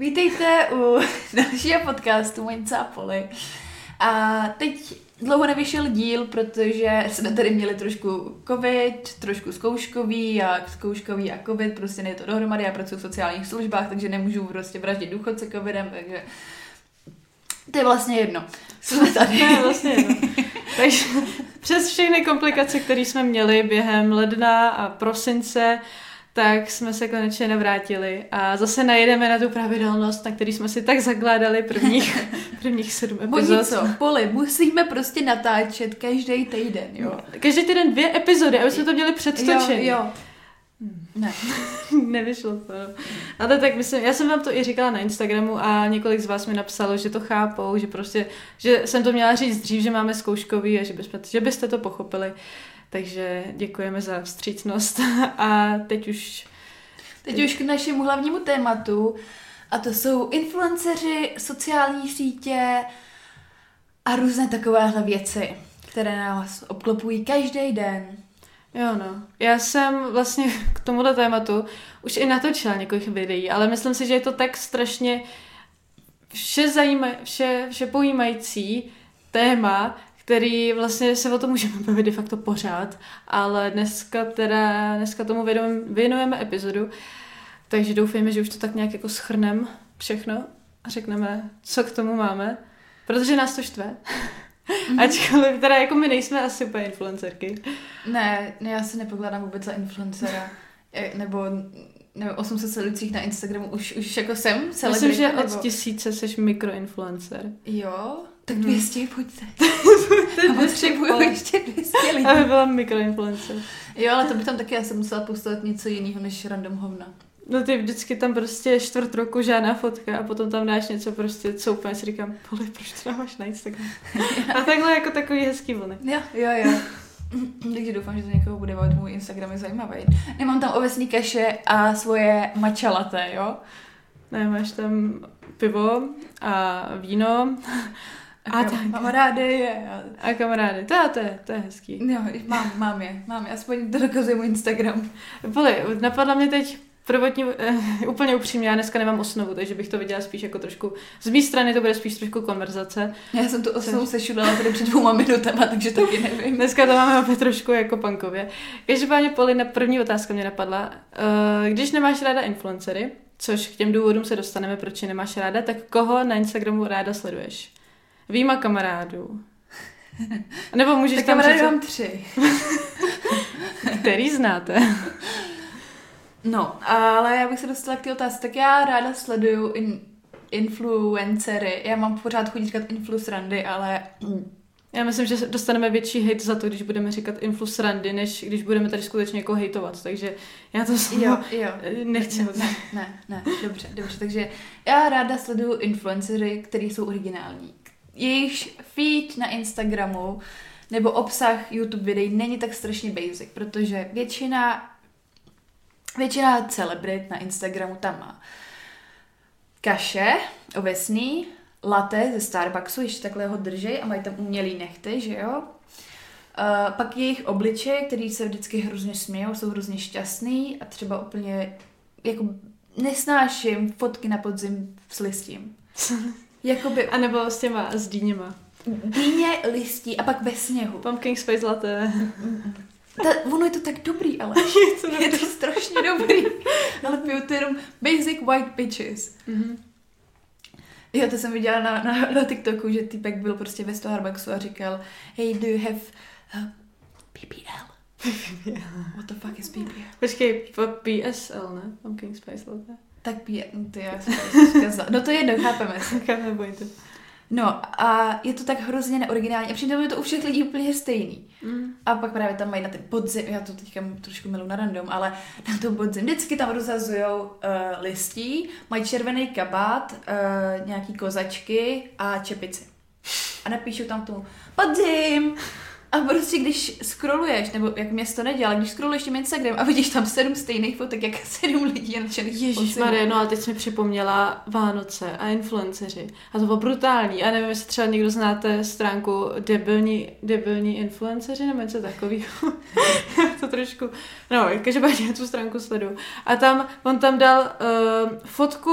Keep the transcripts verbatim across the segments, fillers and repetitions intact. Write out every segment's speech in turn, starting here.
Vítejte u dalšího podcastu Moňca a Poli. A teď dlouho nevyšel díl, protože jsme tady měli trošku covid, trošku zkouškový a zkouškový a covid, prostě nejde to dohromady, já pracuji v sociálních službách, takže nemůžu prostě vraždit důchodce covidem, takže to je vlastně jedno. Jsme tady. To je vlastně jedno. Takže přes všechny komplikace, které jsme měli během ledna a prosince, tak jsme se konečně navrátili a zase najedeme na tu pravidelnost, na který jsme si tak zakládali prvních, prvních sedm epizod. Bo co, Poli, musíme prostě natáčet každý týden, jo? Každý týden dvě epizody, aby jsme to měli předtočený. Jo, jo. Ne. Nevyšlo to. Ale tak myslím, já jsem vám to i říkala na Instagramu a několik z vás mi napsalo, že to chápou, že prostě, že jsem to měla říct dřív, že máme zkouškový a že, byste, že byste to pochopili. Takže děkujeme za vstřícnost a teď už... Teď, teď už k našemu hlavnímu tématu a to jsou influenceři, sociální sítě a různé takovéhle věci, které nás obklopují každý den. Jo no, já jsem vlastně k tomuhle tématu už i natočila několik videí, ale myslím si, že je to tak strašně vše, zajímaj, vše, vše pojímající téma, který vlastně se o tom můžeme bavit de facto pořád, ale dneska teda, dneska tomu věnujeme, věnujeme epizodu, takže doufejme, že už to tak nějak jako shrneme všechno a řekneme, co k tomu máme, protože nás to štve. Mm-hmm. Ačkoliv teda jako my nejsme asi úplně influencerky. Ne, ne, já se nepokládám vůbec za influencera, nebo nevím, osm set sledujících na Instagramu už, už jako jsem celebrita. Myslím, že nebo... od tisíce jsi mikroinfluencer. Jo? Tak dvě stě, pojďte. A potřebuju ještě dvě stě lidí. Aby byla mikroinfluencer. Jo, ale to by tam taky já jsem musela postovat něco jiného než random hovna. No ty vždycky tam prostě čtvrt roku žádná fotka a potom tam dáš něco prostě, co úplně si říkám, Poli, proč to dáváš na Instagram? A takhle jako takový hezký vlny. Jo, jo, jo. Takže doufám, že to někoho bude bavit, můj Instagram je zajímavý. Nemám tam ovesný kaše a svoje matcha latte, jo? Ne, máš tam pivo a víno. A, a tak. Kamarády je. A kamarády, to, to, je, to je hezký. Jo, mám, mám je, mám je, aspoň to dokazuje můj Instagram. Poli, napadla mě teď prvotní, eh, úplně upřímně, já dneska nemám osnovu, takže bych to viděla spíš jako trošku, z mé strany to bude spíš trošku konverzace. Já jsem tu osnovu sešudala tady před dvouma minutama, takže taky nevím. Dneska to máme opět trošku jako punkově. Každopádně, Poli, na první otázka mě napadla. Uh, když nemáš ráda influencery, což k těm důvodům se dostaneme, proč je nemáš ráda, tak koho na Instagramu ráda sleduješ? Výjima kamarádů. Nebo můžeš tak tam kamarády říct... mám tři. Který znáte? No, ale já bych se dostala k té otázce. Tak já ráda sleduju in, influencery. Já mám pořád chuť říkat influsrandy, ale... Já myslím, že dostaneme větší hejt za to, když budeme říkat influsrandy, než když budeme tady skutečně jako hejtovat. Takže já to slovo jo, jo. nechci. Ne, ne, ne, dobře, dobře. Takže já ráda sleduju influencery, kteří jsou originální. Jejich feed na Instagramu nebo obsah YouTube videí není tak strašně basic, protože většina Většina celebrit na Instagramu tam má kaše, ovesný, latte ze Starbucksu, ještě takhle ho držej a mají tam umělý nechty, že jo? Uh, pak jejich obličeje, který se vždycky hrozně smějou, jsou hrozně šťastný a třeba úplně jako nesnáším fotky na podzim s listím. Jakoby... A nebo s těma, s dýněma. Dýně, listí a pak ve sněhu. Pumpkin spice latte. Ta, ono je to tak dobrý, ale je to, je to strašně dobrý. Ale piju to jenom basic white bitches. Mm-hmm. Jo, to jsem viděla na, na, na TikToku, že týpek byl prostě ve Starbucksu a říkal hey, do you have uh, P P L? P P L. What the fuck is P P L? Počkej, P S L, ne? Pumpkin spice latte. Tak P... Ty já jsem zkazala. No to je jedno, chápeme se. Chápeme pointu. No a je to tak hrozně neoriginální a přitom je to u všech lidí úplně stejný. Mm. A pak právě tam mají na ten podzim, já to teďka trošku milu na random, ale na tom podzim vždycky tam rozhazujou uh, listí, mají červený kabát, uh, nějaký kozačky a čepici. A napíšou tam tomu podzim! A prostě když scrolluješ, nebo jak mě to nedělá, když scrolluješ tím Instagram a vidíš tam sedm stejných fotek, jak sedm lidí je nadšených. Ježišmarja, no ale teď mi připomněla Vánoce a influenceři. A to bylo brutální. A nevím, jestli třeba někdo znáte stránku debilní, debilní influenceři, nebo něco takového. To trošku, no, každopádně tu stránku sleduju. A tam, on tam dal uh, fotku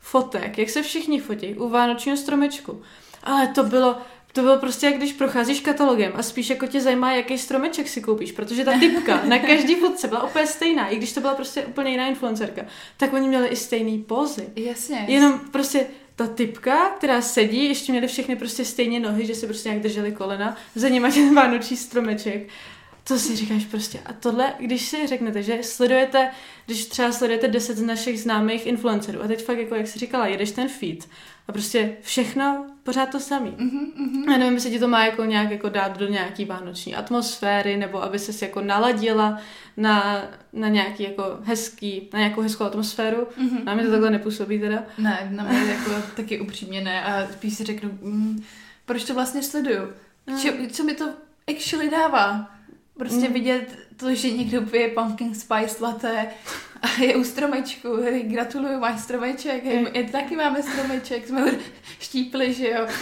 fotek, jak se všichni fotí u vánočního stromečku. Ale to bylo, to bylo prostě, jak když procházíš katalogem a spíš jako tě zajímá, jaký stromeček si koupíš, protože ta typka na každý fotce byla úplně stejná, i když to byla prostě úplně jiná influencerka, tak oni měli i stejný pózy. Jasně. Jenom prostě ta typka, která sedí, ještě měli všechny prostě stejně nohy, že si prostě nějak drželi kolena, za nima ten vánoční stromeček. To si říkáš prostě. A tohle, když si řeknete, že sledujete, když třeba sledujete deset z našich známých influencerů a teď fakt, jako jak jsi říkala, jedeš ten feed a prostě všechno pořád to samý. Mm-hmm, mm-hmm. Já nevím, jestli ti to má jako nějak jako dát do nějaký vánoční atmosféry, nebo aby ses jako naladila na, na nějaký jako hezký, na nějakou hezkou atmosféru. Mm-hmm. Na mě to takhle nepůsobí teda. Ne, na mě jako taky upřímně ne a spíš si řeknu, mm, proč to vlastně sleduju? Če, co mi to actually dává? Prostě mm. vidět to, že někdo pije pumpkin spice latte a je u stromečku. Hej, gratuluju, máš stromeček. Hej, my taky máme stromeček. Jsme ho štípli, že jo.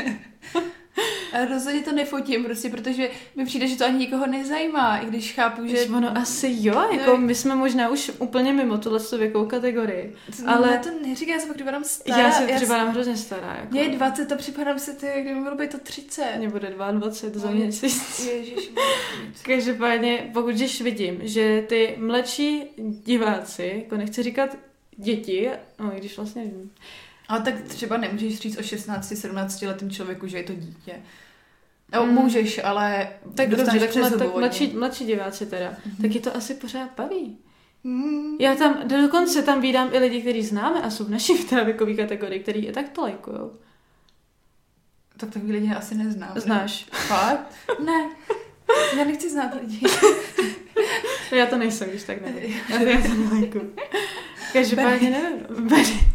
A rozhodně to nefotím, prostě, protože mi přijde, že to ani nikoho nezajímá, i když chápu, že... Ono asi jo, jako no, my jsme možná už úplně mimo tuhle věkovou kategorii. Ale no, to neříká, já se pak připadám stará. Já se připadám hrozně stará. Jako. Mě je dvacet a připadám se ty, kdyby bylo by to třicet. Mně bude dvacet dva za měsíc. Ježiš. Každopádně, pokud když vidím, že ty mladší diváci, jako nechci říkat děti, no i když vlastně... Ale tak třeba nemůžeš říct o šestnácti sedmnácti letým člověku, že je to dítě. No, mm. můžeš, ale tak dobře, tak, mla, tak mladší, mladší diváci teda, mm-hmm. tak je to asi pořád baví. Mm. Já tam, dokonce tam vídám i lidi, kteří známe a jsou v naší věkové kategorii, který je tak to lajkujou. Tak takový lidi asi neznám. Znáš? Fakt? Ne. Já nechci znát lidi. Já to nejsem, když tak nevím. Já to, já to nelajkuju. Každopádně nevím.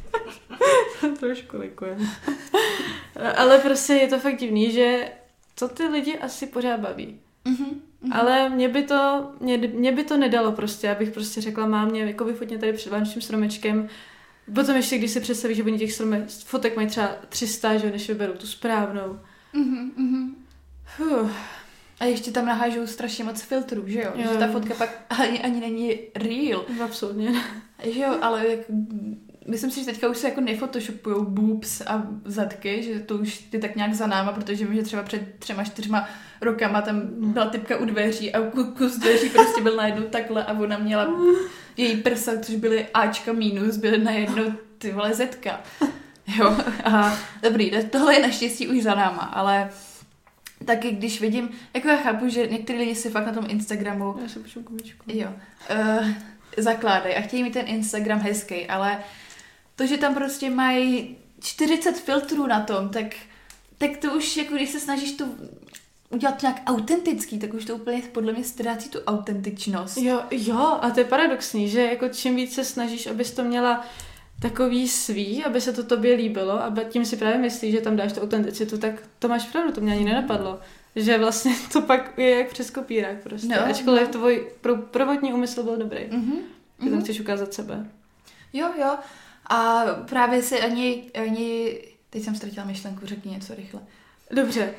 Trošku lajkujem. Ale prostě je to fakt divný, že to ty lidi asi pořád baví. Mm-hmm. Ale mě by to, mě, mě by to nedalo prostě, abych prostě řekla mámě, jako vyfotně tady před vánočním stromečkem. Potom ještě, když si představíš, že oni těch stromek, fotek mají třeba tři sta, že než vyberou tu správnou. Mm-hmm. Huh. A ještě tam nahážou strašně moc filtrů, že jo? jo. Že ta fotka pak ani, ani není real. Absolutně ne. Že jo, ale jak, myslím si, že teďka už se jako nefotoshopujou boobs a zadky, že to už ty tak nějak za náma, protože vím, že třeba před třema, čtyřma rokama tam byla typka u dveří a kus dveří prostě byl najednou takhle a ona měla její prsa, což byly Ačka minus, byly najednou ty vole zetka. Jo, a dobrý, tohle je naštěstí už za náma, ale taky když vidím, jako já chápu, že některý lidi si fakt na tom Instagramu já se počím komičku. Jo, uh, zakládají a chtějí mít ten Instagram hezký, ale to, že tam prostě mají čtyřicet filtrů na tom, tak, tak to už, jako když se snažíš to udělat nějak autentický, tak už to úplně podle mě ztrácí tu autentičnost. Jo, jo, a to je paradoxní, že jako čím víc se snažíš, abys to měla takový svý, aby se to tobě líbilo a tím si právě myslíš, že tam dáš tu autenticitu, tak to máš pravdu, to mě ani nenapadlo. Že vlastně to pak je jak přes kopírák prostě. No, ačkoliv no. tvoj prvotní úmysl byl dobrý. Mm-hmm. Ty tam mm-hmm. chceš ukázat sebe. Jo, jo. A právě si ani, ani... Teď jsem ztratila myšlenku, řekni něco rychle. Dobře.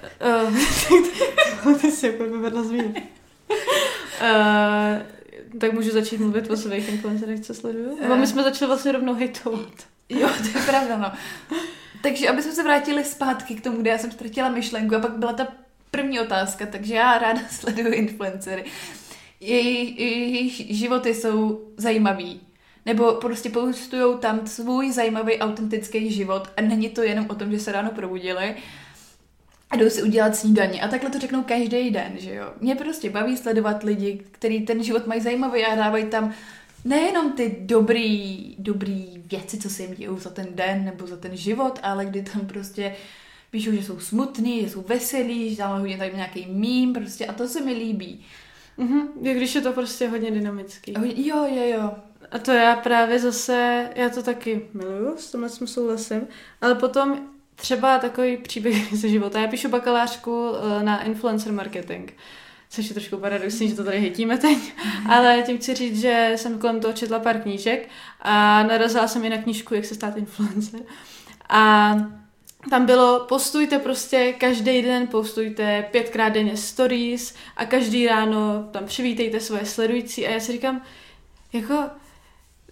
Uh, ty jsi jako vyvedla z vína. Uh, tak můžu začít mluvit o svých influencerech, co sleduju? Uh. My jsme začali vlastně rovnou hejtovat. Jo, to je pravda, no. Takže aby jsme se vrátili zpátky k tomu, kde já jsem ztratila myšlenku a pak byla ta první otázka, takže já ráda sleduju influencery. Jejich, jejich životy jsou zajímavý. Nebo prostě postujou tam svůj zajímavý, autentický život a není to jenom o tom, že se ráno probudili a jdou si udělat snídaně. A takhle to řeknou každý den, že jo. Mě prostě baví sledovat lidi, kteří ten život mají zajímavý a dávají tam nejenom ty dobrý, dobrý věci, co se jim dějou za ten den nebo za ten život, ale kdy tam prostě píšou, že jsou smutný, že jsou veselí, že tam hodně tady nějaký mím prostě a to se mi líbí. Mhm, když je to prostě hodně dynamický. Jo, jo, jo. A to já právě zase, já to taky miluju, s tomhle jsem souhlasím, ale potom třeba takový příběh ze života. Já píšu bakalářku na influencer marketing, což je trošku paradoxní, že to tady hejtíme teď, ale tím chci říct, že jsem kolem toho četla pár knížek a narazila jsem i na knížku, jak se stát influencer. A tam bylo, postujte prostě, každý den postujte pětkrát denně stories a každý ráno tam přivítejte svoje sledující a já si říkám, jako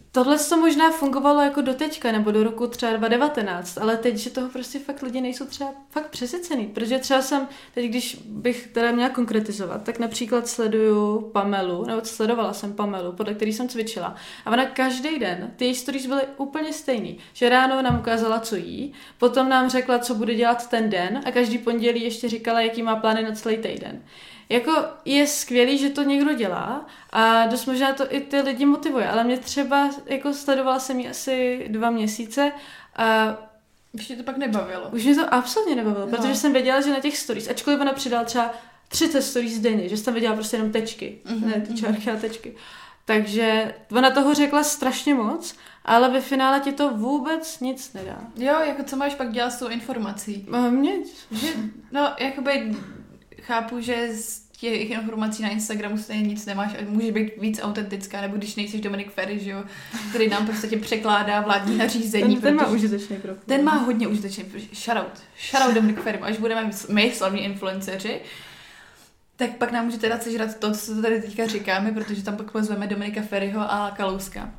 tohle to možná fungovalo jako do teďka, nebo do roku třeba dva tisíce devatenáct, ale teď, že toho prostě fakt lidi nejsou třeba fakt přesycený, protože třeba jsem, teď když bych teda měla konkretizovat, tak například sleduju Pamelu, nebo sledovala jsem Pamelu, podle který jsem cvičila, a ona každý den, ty její stories byly úplně stejný, že ráno nám ukázala, co jí, potom nám řekla, co bude dělat ten den a každý pondělí ještě říkala, jaký má plány na celý týden. Jako je skvělý, že to někdo dělá a dost možná to i ty lidi motivuje, ale mě třeba, jako sledovala jsem ji asi dva měsíce a už mě to pak nebavilo. Už mě to absolutně nebavilo, no. Protože jsem věděla, že na těch stories, ačkoliv ona přidala třeba třicet stories denně, že jsem tam viděla prostě jenom tečky, mm-hmm, ne ty čárky, ale tečky. Takže ona toho řekla strašně moc, ale ve finále ti to vůbec nic nedá. Jo, jako co máš pak dělat s tou informací? Um, nic. Že, no, jakoby chápu, že z těch informací na Instagramu stejně nic nemáš a může být víc autentická, nebo když nejsi Dominik Ferry, že jo, který nám prostě překládá vládní nařízení. Ten, ten má užitečný profil. Ten má hodně užitečný profil. Shoutout. Shoutout Dominik Ferry. Až budeme my slavní influenceři, tak pak nám můžete dát sežrat to, co tady teďka říkáme, protože tam pak pozveme Dominika Ferryho a Kalouska.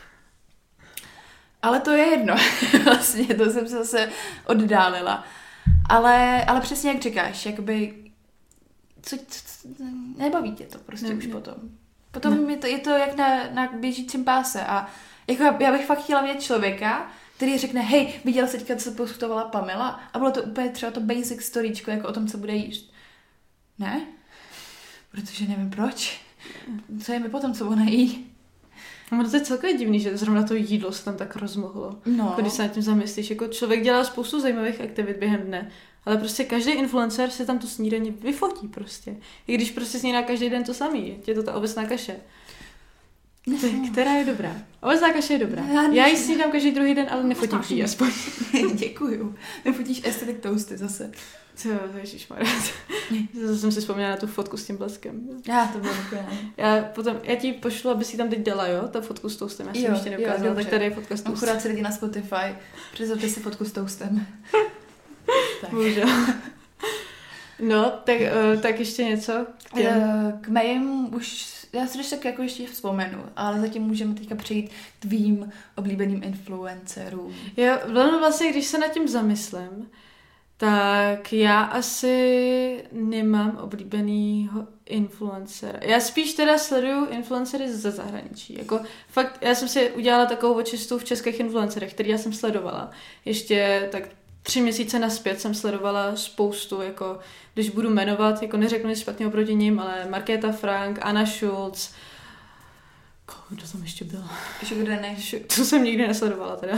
Ale to je jedno. Vlastně to jsem se zase oddálila. Ale, ale přesně jak říkáš, jakoby co, co, co nebaví tě to prostě ne, už ne. potom. Potom je to, je to jak na, na běžícím páse a jako já bych fakt chtěla vidět člověka, který řekne, hej, viděla jsi teďka, co postupovala Pamela a bylo to úplně třeba to basic storyčko, jako o tom, co bude jíst. Ne? Protože nevím proč. Co je mi potom, co ona jí? No to je celkově divný, že zrovna to jídlo se tam tak rozmohlo. No. Když se nad tím zamyslíš, jako člověk dělá spoustu zajímavých aktivit během dne, ale prostě každý influencer si tam tu snídaní vyfotí prostě. I když prostě snídá každý den to samý, je to ta obecná kaše. No. Která je dobrá. Obecná kaše je dobrá. Já, Já ji snídám každý druhý den, ale nefotím ji aspoň. Děkuju. Nefotíš aesthetic toasty zase. Co, ježišmarja. Zase jsem si vzpomněla na tu fotku s tím bleskem. Já, to bylo úplně. Já potom, já ti pošlu, aby si tam teď dala, jo, ta fotku s toastem. Já jsem jo, ještě neukázala, jo, tak tady je fotka s toastem. Akurát si lidi na Spotify, představte si fotku s toastem. Tak. Bohužel. No, tak, uh, tak ještě něco? K, těm? K mým už, já si tak jako ještě vzpomenu, ale zatím můžeme teďka přejít k tvým oblíbeným influencerům. Jo, vlastně, když se nad tím zamyslím, tak já asi nemám oblíbenýho influencera. Já spíš teda sleduju influencery ze zahraničí. Jako fakt, já jsem si udělala takovou očistu v českých influencerech, který já jsem sledovala. Ještě tak tři měsíce naspět jsem sledovala spoustu, jako když budu jmenovat, jako neřeknu nic špatného proti ním, ale Markéta Frank, Anna Schulz, kdo tam ještě byla? Sugar Danny. To jsem nikdy nesledovala teda.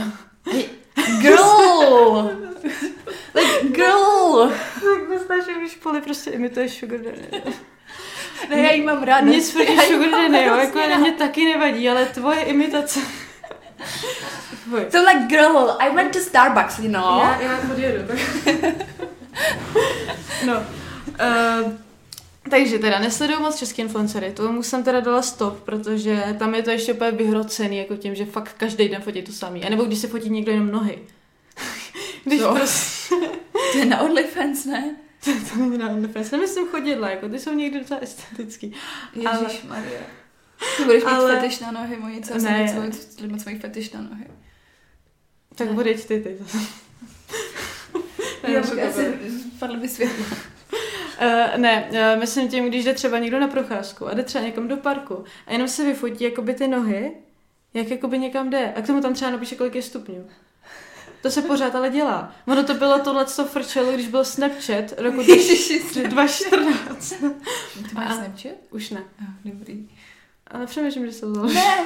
Girl! Like, girl! Tak na naší školy prostě imituje Sugar Danny. Ne, já jí mám ráda. Nic proti Sugar Danny, jo, jako na mě taky nevadí, ale tvoje imitace... So like, girl, I went to Starbucks, you know? Já, já podjedu, tak... No. Uh, takže teda nesleduju moc český influencery, tomu jsem teda dala stop, protože tam je to ještě úplně vyhrocený, jako tím, že fakt každý den fotí to samý. A nebo když se fotí někdo jenom nohy. Když no. prostě... To je na OnlyFans, ne? To, to není na OnlyFans, nemyslím chodidla, jako ty jsou někdy docela estetický. Ježišmarja. Ty budeš mít ale... fetiš na nohy, moji, co ne. jsem mít mít svůj fetiš na nohy. Tak budeď ty teď zase. Já bych asi padl by světlo. Uh, ne, uh, myslím tím, když jde třeba někdo na procházku a jde třeba někam do parku a jenom se vyfotí jakoby ty nohy, jak jakoby někam jde a k tomu tam třeba napíše, kolik je stupňů. To se pořád ale dělá. Ono to bylo tohleto frčelo, když byl Snapchat roku dva tisíce čtrnáct. Ty máš Snapchat? Už ne. Oh, dobrý. Ale přemýšlím, že se vzal. Ne!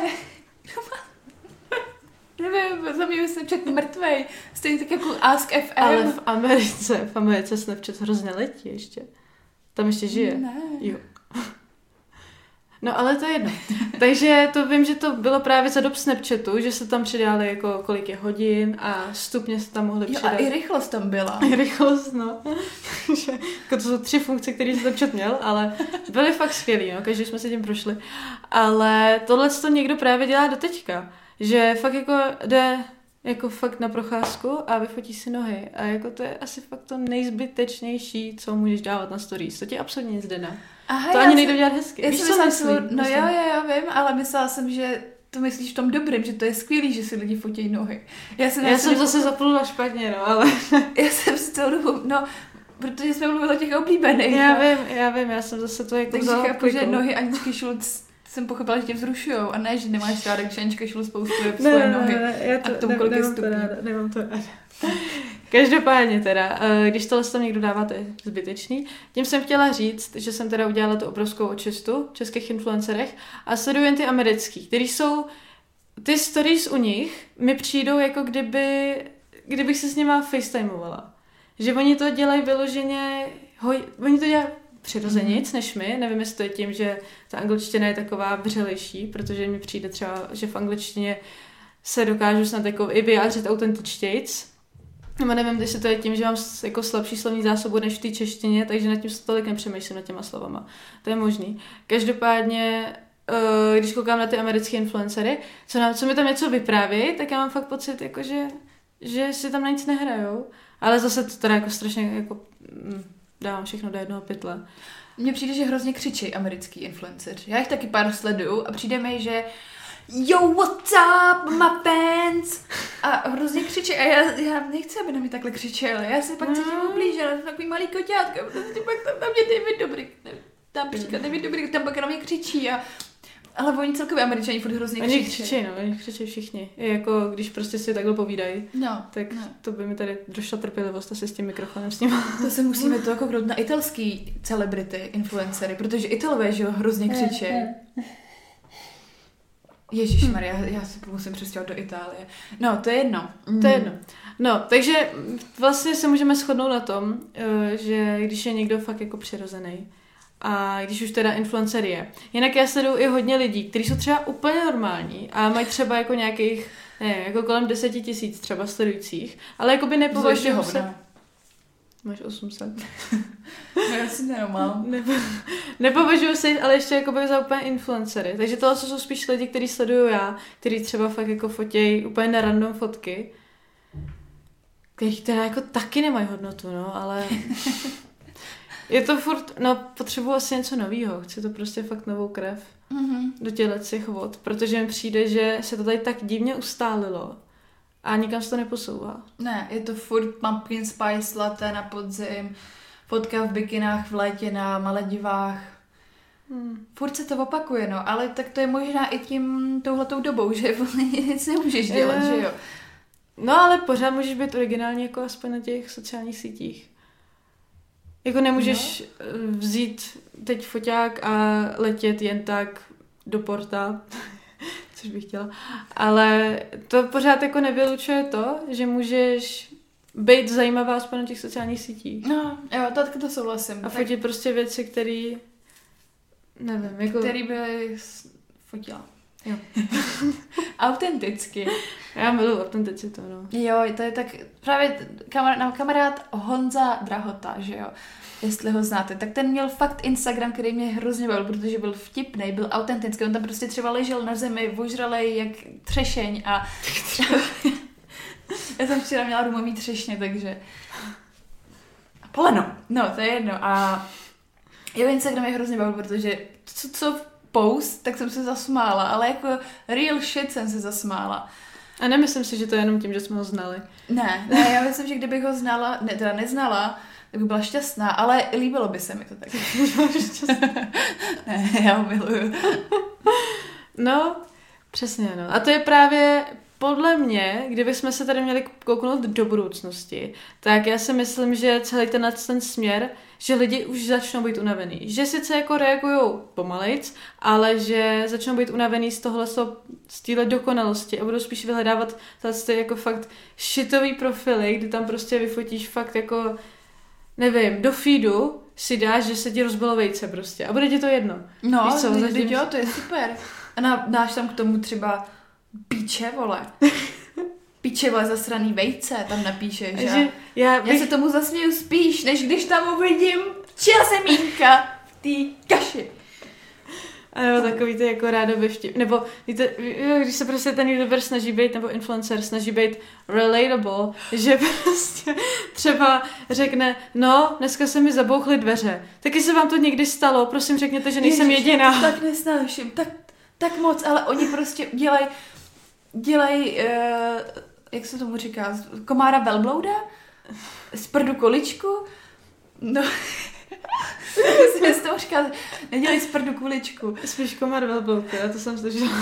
Nevím, za mě je Snapchat mrtvej. Stejně tak jako Ask F M. Ale v Americe, v Americe Snapchat hrozně letí ještě. Tam ještě žije. Ne. Jo. No ale to je jedno. Takže to vím, že to bylo právě za dob Snapchatu, že se tam přidali jako kolik je hodin a stupně se tam mohly přidat. Jo, a i rychlost tam byla. I rychlost, no. Jako to jsou tři funkce, které Snapchat měl, ale byly fakt skvělý, no, každý jsme se tím prošli. Ale tohle to někdo právě dělá do teďka, že fakt jako jde jako fakt na procházku a vyfotí si nohy. A jako to je asi fakt to nejzbytečnější, co můžeš dávat na stories. To ti absolutně nic jde na. Aha, to ani nejde dělat hezky. Víš, co myslím? No jo, jo, jo, vím, ale myslela jsem, že to myslíš v tom dobrým, že to je skvělý, že si lidi fotějí nohy. Já jsem, já jsem zase zaplula špatně, no, ale... já jsem si celou dobu, no, protože jsme mluvili o těch oblíbených. Já no. vím, já vím, já jsem zase to jako takže chápu, že nohy Aničky Šulc jsem pochopila, že tě vzrušujou a ne, že nemáš ráda, když Anička Šulc poustuje svoje ne, nohy ne, ne, já to, a k tomu ne, kolik je nemám stupňů. To ráda, nemám to ráda. Každopádně teda, když tohle tam někdo dává, to je zbytečný. Tím jsem chtěla říct, že jsem teda udělala tu obrovskou očistu v českých influencerech a sleduju jen ty americký, který jsou, ty stories u nich mi přijdou jako kdyby, kdybych se s nima facetimeovala. Že oni to dělají vyloženě, hoj, oni to dělají přirozenějc mm. než my. Nevím, jestli to je tím, že ta angličtina je taková vřelejší, protože mi přijde třeba, že v angličtině se dokážu snad jako i vyjádřit autentičtějc. Nebo nevím, jestli to je tím, že mám jako slabší slovní zásobu než v té češtině, takže nad tím se tolik nepřemýšlím nad těma slovama. To je možný. Každopádně, když koukám na ty americké influencery, co, nám, co mi tam něco vypráví, tak já mám fakt pocit, jako že, že si tam na nic nehrajou. Ale zase to teda jako strašně jako, dávám všechno do jednoho pytle. Mně přijde, že hrozně křičí americký influenceři. Já jich taky pár sleduju a přijde mi, že yo, what's up, my fans? A hrozně křičí. A já, já nechci, aby na mě takhle křičeli. Já se pak cítím ublížila, jsem takový malý koťátko, protože pak tam na mě David Dobrik, tam příklad David Dobrik, tam pak na mě křičí a ale oni celkově Američani furt hrozně křičí. Oni křičí, no, oni křičí všichni. I jako když prostě si takhle povídají, no, tak no. To by mi tady došla trpělivost asi s tím mikrofonem s ním. To se musíme to jako krout na italský celebrity, influencery, protože Italové, že jo, hrozně křičí. Ježišmarja, já, já se musím přestěhovat do Itálie. No, to je jedno. To je jedno. No, takže vlastně se můžeme shodnout na tom, že když je někdo fakt jako přirozený, a když už teda influencer je. Jinak já sleduju i hodně lidí, kteří jsou třeba úplně normální a mají třeba jako nějakých, nevím, jako kolem deseti tisíc třeba sledujících, ale jako by nepovažují se... Máš osm set. No, já si nenomám. Nepo... Nepovažuji se, ale ještě jako by za úplně influencery. Takže tohle jsou spíš lidi, kteří sleduju já, kteří třeba fakt jako fotějí úplně na random fotky, kteří teda jako taky nemají hodnotu, no, ale... Je to furt, no potřebuji asi něco novýho, chci to prostě fakt novou krev mm-hmm. do těch vod, protože mi přijde, že se to tady tak divně ustálilo a nikam se to neposouvá. Ne, je to furt pumpkin spice latte na podzim, fotka v bikinách v létě na Maledivách. Hmm. Furt se to opakuje, no, ale tak to je možná i tím touhletou dobou, že nic nemůžeš dělat, je... že jo? No ale pořád můžeš být originální jako aspoň na těch sociálních sítích. Jako nemůžeš no. vzít teď foťák a letět jen tak do porta, což bych chtěla, ale to pořád jako nevylučuje to, že můžeš být zajímavá aspoň na těch sociálních sítích. No, jo, to, to souhlasím. A fotit tak... prostě věci, které nevím, jako... Který by fotila. Jo. Autenticky. Já miluji autenticitu, no. Jo, to je tak právě kamarád, kamarád Honza Drahota, že jo, jestli ho znáte, tak ten měl fakt Instagram, který mě hrozně bavil, protože byl vtipnej, byl autentický, on tam prostě třeba ležel na zemi, ožralej jak třešeň a já jsem včera měla rumový třešně, takže poleno, no to je jedno a jeho Instagram je hrozně bavil, protože co, co post, tak jsem se zasmála, ale jako real shit jsem se zasmála. A nemyslím si, že to je jenom tím, že jsme ho znali. Ne, ne, já myslím, že kdybych ho znala, ne, teda neznala, tak bych byla šťastná, ale líbilo by se mi to tak. Ne, já ho miluju. No, přesně, no. A to je právě podle mě, kdybychom se tady měli kouknout do budoucnosti, tak já si myslím, že celý ten, ten směr, že lidi už začnou být unavený. Že sice jako reagujou pomalejc, ale že začnou být unavený z tohle, z téhle dokonalosti a budou spíš vyhledávat ty jako fakt shitový profily, kdy tam prostě vyfotíš fakt jako, nevím, do feedu si dáš, že se ti rozbilo vejce prostě a bude ti to jedno. No, víš co, zatím... jo, to je super. A na, dáš tam k tomu třeba píče, vole. Píče, vole, zasraný vejce, tam napíšeš. Že já, bych... já se tomu zasměju spíš, než když tam uvidím čia semínka v té kaši. A nebo takový ty jako rádoby vtip. Nebo víte, když se prostě ten youtuber snaží být, nebo influencer snaží být relatable, že prostě třeba řekne, no, dneska se mi zabouchly dveře. Taky se vám to někdy stalo, prosím řekněte, že nejsem Ježiš, jediná. Tak nesnáším, tak tak moc, ale oni prostě dělají, dělají, uh, jak se tomu říká, komára velblouda, z prdu količku, no, si z toho říká, nedělej z prdu kuličku. Spíš komár velbloud, já to jsem slyšela.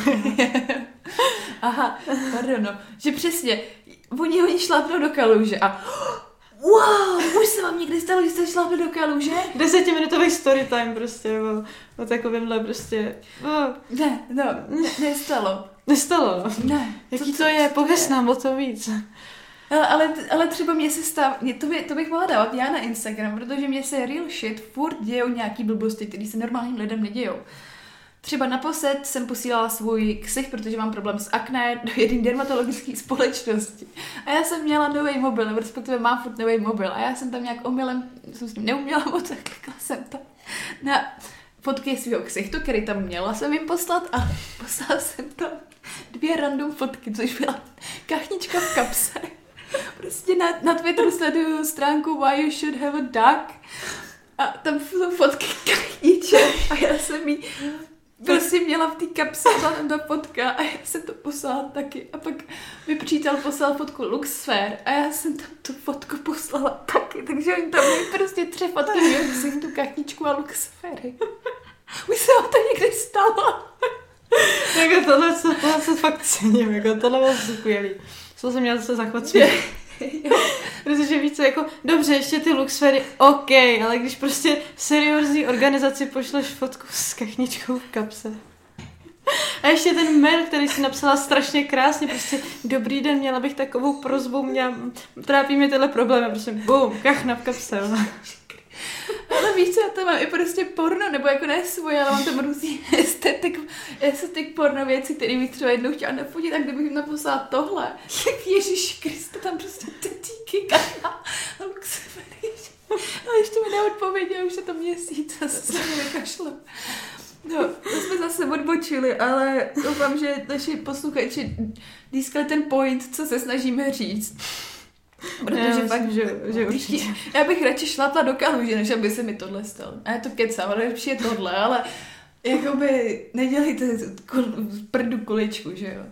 Aha, pardon, no, že přesně, oni oni šlápnou do kaluže a wow, už se vám někdy stalo, že jste šlápli do kaluže? Desetiminutový story time prostě, o, o takovémhle prostě. O. Ne, no, ne, nestalo. Nestalo? Ne. Jaký to, to je? Pověz nám o to víc. Ale, ale, ale třeba mě se stává, to, by, to bych mohla dávat já na Instagram, protože mě se real shit furt dějou nějaký blbosti, které se normálním lidem nedějou. Třeba naposled jsem posílala svůj ksich, protože mám problém s akné do jedné dermatologické společnosti. A já jsem měla nový mobil, nebo respektive mám furt nový mobil. A já jsem tam nějak omylem, jsem s ním neuměla moc, a klikla jsem tam na fotky svého ksichtu, který tam měla jsem jim poslat a poslala jsem tam dvě random fotky, což byla kachnička v kapse. Prostě na, na Twitteru sleduju stránku Why you should have a duck a tam jsou fotky kachniček a já jsem jí prostě měla v té kapse tam ta fotka a já jsem to poslala taky. A pak mi přítel poslal fotku Luxfer a já jsem tam tu fotku poslala taky. Takže oni tam mají prostě tři fotky, jak jsem tu kachničku a Luxfery. Už se vám to někdy stalo. Jako tohle, co, tohle se fakt cením, jako tohle bylo skvělý. Co jsem měla zase zachvat svůj. Protože víc, jako, dobře, ještě ty Luxfery, OK, ale když prostě seriózní organizaci pošleš fotku s kachničkou v kapse. A ještě ten mail, který si napsala strašně krásně, prostě dobrý den, měla bych takovou prosbu, měla, trápí mě tyhle problémy, prostě bum, kachna v kapse. Ale víš co, já tam mám i prostě porno, nebo jako ne svoje, ale mám tam různý estetik, estetik porno věci, které bych třeba jednou chtěla nafotit, a kdybych jim naposlala tohle, jak Ježíš Kriste, tam prostě tetíky, kachna a Luxfery. Ale ještě mi neodpověděl, už je to měsíc a se mi vykašlo. No, to jsme zase odbočili, ale doufám, že naši posluchači získali ten point, co se snažíme říct. Protože já fakt, myslím, že, že určitě. Já bych radši šlapla do kaluže, než aby se mi tohle stalo. A já to kecám, ale lepší je tohle, ale jakoby nedělejte prdu kuličku, že jo.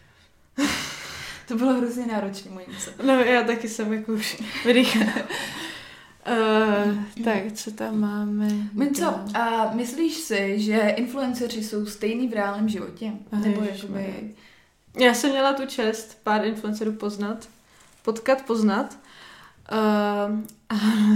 To bylo hrozně náročné, Monice. No já taky jsem jako už vydýchala. Uh, tak, co tam máme? Minco, a myslíš si, že influenceři jsou stejný v reálném životě? Aha, Nebo jakoby... Já jsem měla tu čest pár influencerů poznat, potkat, poznat. Uh,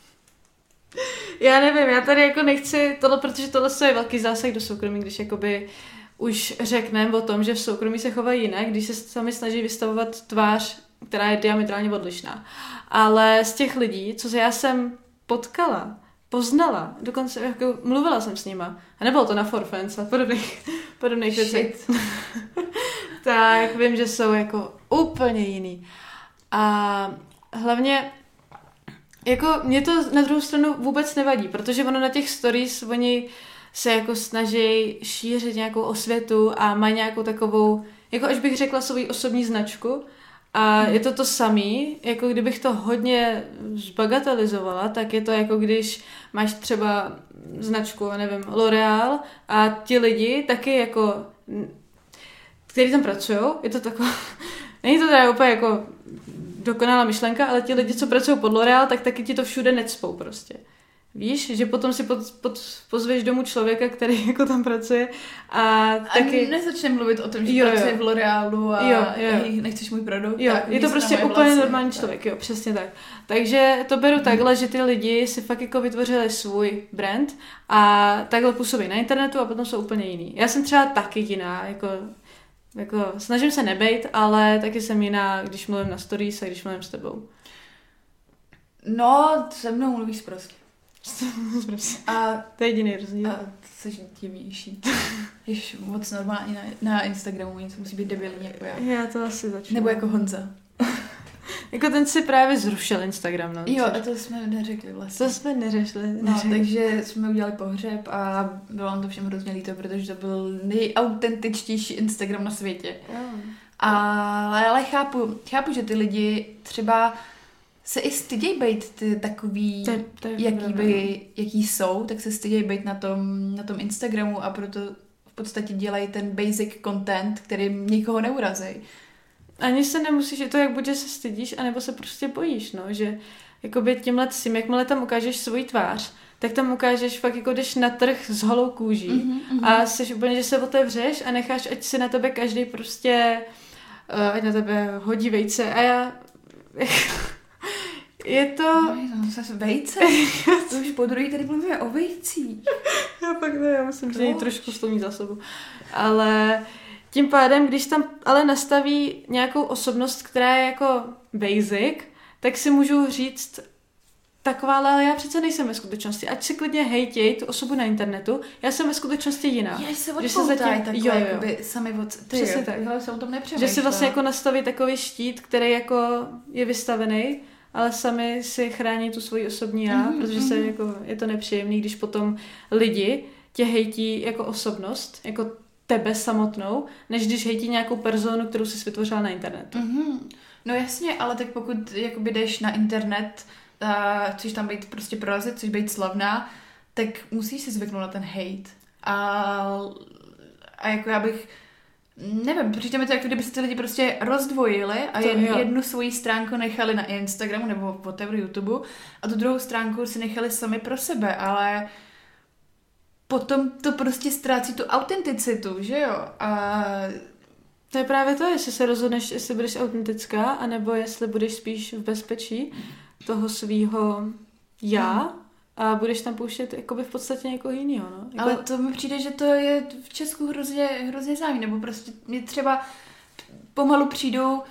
já nevím, já tady jako nechci tohle, protože tohle je velký zásah do soukromí, když jakoby už řekneme o tom, že v soukromí se chovají jinak, když se sami snaží vystavovat tvář, která je diametrálně odlišná. Ale z těch lidí, co se já jsem potkala, poznala, dokonce jako mluvila jsem s nima, a nebylo to na For Friends a podobných, podobných věcí, tak vím, že jsou jako úplně jiný. A hlavně jako mě to na druhou stranu vůbec nevadí, protože ono na těch stories oni se jako snaží šířit nějakou osvětu a mají nějakou takovou, jako až bych řekla svou osobní značku. A je to to samý, jako kdybych to hodně zbagatelizovala, tak je to jako když máš třeba značku, nevím, L'Oreal a ti lidi taky jako, kteří tam pracují, je to taková, není to teda úplně jako dokonalá myšlenka, ale ti lidi, co pracují pod L'Oreal, tak taky ti to všude necpou prostě. Víš, že potom si pod, pod, pozveš domů člověka, který jako tam pracuje a taky... A nezačne mluvit o tom, že jo, pracuje jo. v L'Orealu a jo, jo. nechceš můj produkt. Jo, tak, je to prostě úplně vlasy, normální tak. Člověk, jo, přesně tak. Takže to beru hmm. takhle, že ty lidi si fakt jako vytvořili svůj brand a takhle působí na internetu a potom jsou úplně jiný. Já jsem třeba taky jiná, jako... Jako, snažím se nebejt, ale taky jsem jiná, když mluvím na stories a když mluvím s tebou. No, se mnou mluvíš prostě. A to je jediný rozdíl. A jsi divnější. Jež moc normálně na, na Instagramu něco musí být debilní jako já. Já to asi začnu. Nebo jako Honza. Jako ten si právě zrušil Instagram, no. Jo, a to jsme neřekli vlastně. To jsme neřešli. No, neřekli. Takže jsme udělali pohřeb a bylo nám to všem hrozně líto, protože to byl nejautentičtější Instagram na světě. Jo. Ale, ale chápu, chápu, že ty lidi třeba se i stydějí být ty takový, to, to jaký, by, jaký jsou, tak se stydějí být na tom, na tom Instagramu a proto v podstatě dělají ten basic content, který nikoho neurazí. Ani se nemusíš, je to jak buď, že se stydíš, anebo se prostě bojíš, no, že jakoby tímhle tím, jakmile tam ukážeš svoji tvář, tak tam ukážeš fakt, jako jdeš na trh s holou kůží mm-hmm. a jsi úplně, že se otevřeš a necháš, ať si na tebe každý prostě, uh, ať na tebe hodí vejce a já... Je to... No, zase vejce? To už po druhý tady mluvíme o vejcích. Já pak ne, já myslím, že jí trošku slovní zásobu. Ale tím pádem, když tam ale nastaví nějakou osobnost, která je jako basic, tak si můžu říct taková, ale já přece nejsem ve skutečnosti. Ať si klidně hejtěj tu osobu na internetu, já jsem ve skutečnosti jiná. Já se odpoutaj takhle, jo, jo. Jakoby sami od... Ty přesně jo, tak. Já jsem o tom nepřemýšlela. Že si vlastně jako nastaví takový štít, který jako je vystavený, ale sami si chrání tu svoji osobní já, mm-hmm, protože se jako, je to nepříjemný, když potom lidi tě hejtí jako osobnost, jako tebe samotnou, než když hejtí nějakou personu, kterou jsi vytvořila na internetu. Mm-hmm. No jasně, ale tak pokud jakoby jdeš na internet a chceš tam být prostě prorazit, chceš být slavná, tak musíš si zvyknout na ten hate. A, a jako já bych nevím, přijde mi to, jako kdyby se ty lidi prostě rozdvojili a jen, jednu svoji stránku nechali na Instagramu nebo whatever YouTube a tu druhou stránku si nechali sami pro sebe, ale potom to prostě ztrácí tu autenticitu, že jo? A to je právě to, jestli se rozhodneš, jestli budeš autentická, anebo jestli budeš spíš v bezpečí toho svýho já a budeš tam pouštět jakoby v podstatě někoho jiného. No? Jako... Ale to mi přijde, že to je v Česku hrozně, hrozně zájemné, nebo prostě mě třeba pomalu přijdou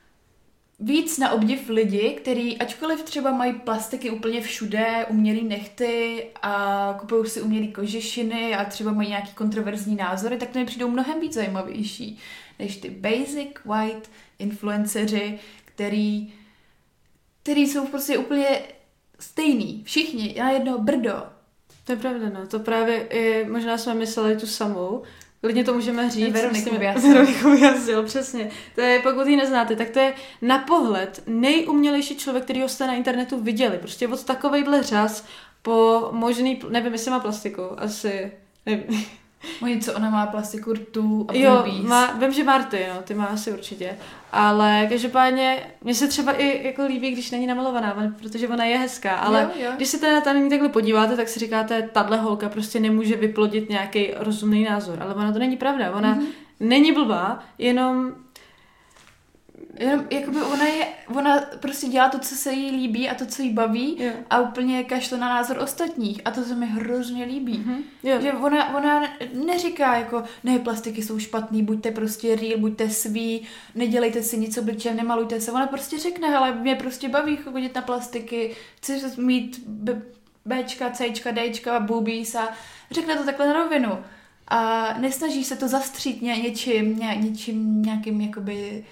víc na obdiv lidi, kteří ačkoliv třeba mají plastiky úplně všude, umělý nechty a kupují si umělý kožešiny a třeba mají nějaký kontroverzní názory, tak to mi přijdou mnohem víc zajímavější než ty basic white influenceři, který, který jsou prostě úplně stejný. Všichni na jedno brdo. To je pravda, no. To právě je, možná jsme mysleli tu samou. Klidně to můžeme říct. Veroniku Vyjasnil, přesně. To je, pokud ji neznáte, tak to je na pohled nejumělejší člověk, který ho jste na internetu viděli. Prostě od takovejhle řas po možný, nevím, jestli má plastiku, asi, nevím. Oni, co ona má plastiku rtů a jo, má, vím, že má rty, no, ty má asi určitě. Ale každopádně, mně se třeba i jako líbí, když není namalovaná, protože ona je hezká, ale jo, jo. Když se teda na ní takhle podíváte, tak si říkáte, tahle holka prostě nemůže vyplodit nějaký rozumný názor, ale ona to není pravda, ona mm-hmm. není blbá, jenom... Jenom, jakoby ona je, ona prostě dělá to, co se jí líbí a to, co jí baví jo. a úplně kašle na názor ostatních a to se mi hrozně líbí. Mm-hmm. Jo. Že ona, ona neříká jako, ne, plastiky jsou špatný, buďte prostě real, buďte svý, nedělejte si nic obličejem, nemalujte se. Ona prostě řekne, ale mě prostě baví chodit na plastiky, chci mít B, Bčka, Cčka, Dčka, boobies a řekne to takhle na rovinu. A nesnaží se to zastřít ně, něčím, ně, něčím nějakým jakoby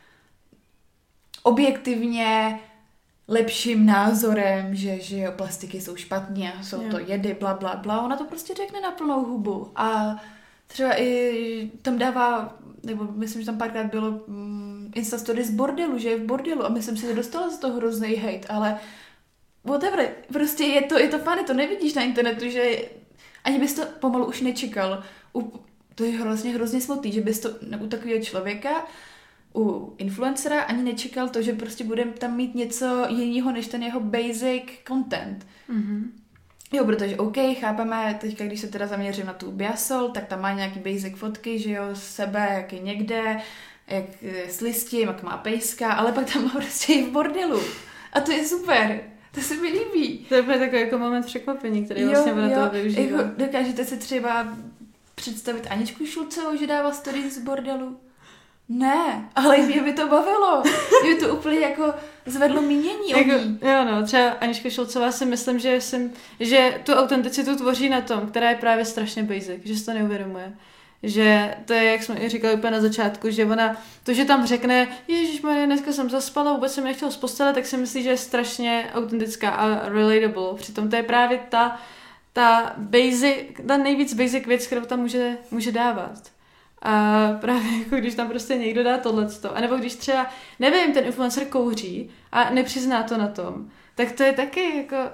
objektivně lepším názorem, že, že jo, plastiky jsou špatně a jsou jo. to jedy, bla, bla, bla. Ona to prostě řekne na plnou hubu. A třeba i tam dává, nebo myslím, že tam párkrát bylo mm, Instastory z bordelu, že je v bordelu a myslím si, že dostala z toho hrozný hate, ale whatever, prostě je to, je to funny, to nevidíš na internetu, že ani bys to pomalu už nečekal. U, to je hrozně, hrozně smutný, že bys to u takového člověka u influencera ani nečekal to, že prostě budeme tam mít něco jiného, než ten jeho basic content. Mm-hmm. Jo, protože OK, chápeme, teďka když se teda zaměřím na tu Biasol, tak tam má nějaký basic fotky, že jo, sebe, jak je někde, jak s listím, jak má pejska, ale pak tam má prostě i v bordelu. A to je super. To se mi líbí. To je takový jako moment překvapení, který jo, vlastně ona toho využívá. Jako, dokážete si třeba představit Aničku Šulcovou, že dává stories z bordelu? Ne, ale mě by to bavilo. Mě to úplně jako zvedlo mínění o ní. Jako, jo no, třeba Anička Šulcová si myslím, že, jsem, že tu autenticitu tvoří na tom, která je právě strašně basic, že si to neuvědomuje. Že to je, jak jsme i říkali úplně na začátku, že ona, to, že tam řekne, ježišmarja, dneska jsem zaspala, vůbec jsem nechtěla z postele, tak si myslí, že je strašně autentická a relatable. Přitom to je právě ta, ta basic, ta nejvíc basic věc, kterou tam může, může dávat. A právě jako když tam prostě někdo dá tohleto, anebo když třeba, nevím, ten influencer kouří a nepřizná to na tom, tak to je taky jako,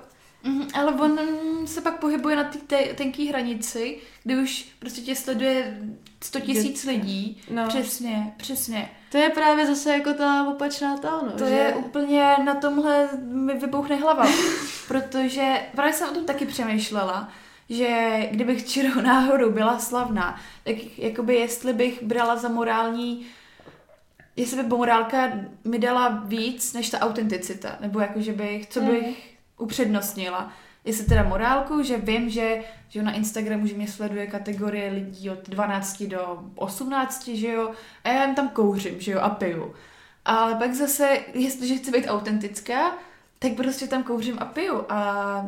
Mm, ale on se pak pohybuje na té te- tenký hranici, kdy už prostě tě sleduje sto tisíc lidí. No. Přesně, přesně. To je právě zase jako ta opačná ta, no. To že... je úplně, na tomhle mi vybouchne hlava, protože právě jsem o tom taky přemýšlela, že kdybych čirou náhodou byla slavná, tak jakoby jestli bych brala za morální, jestli by morálka mi dala víc než ta autenticita, nebo jako, že bych, co bych mm. upřednostnila. Jestli teda morálku, že vím, že, že na Instagramu, že mě sleduje kategorie lidí od dvanácti do osmnácti, že jo, a já jim tam kouřím, že jo, a piju. Ale pak zase, jestliže chci být autentická, tak prostě tam kouřím a piju a,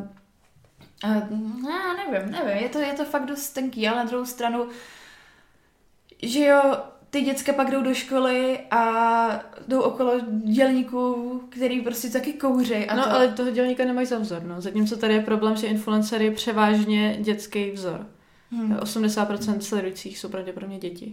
a já nevím, nevím, je to, je to fakt dost tenký, ale na druhou stranu, že jo, ty děcka pak jdou do školy a jdou okolo dělníků, který prostě taky kouří. A no, to... ale toho dělníka nemají za vzor, no. Zatímco tady je problém, že influencer je převážně dětský vzor. Hmm. osmdesát procent sledujících jsou pravděpodobně děti.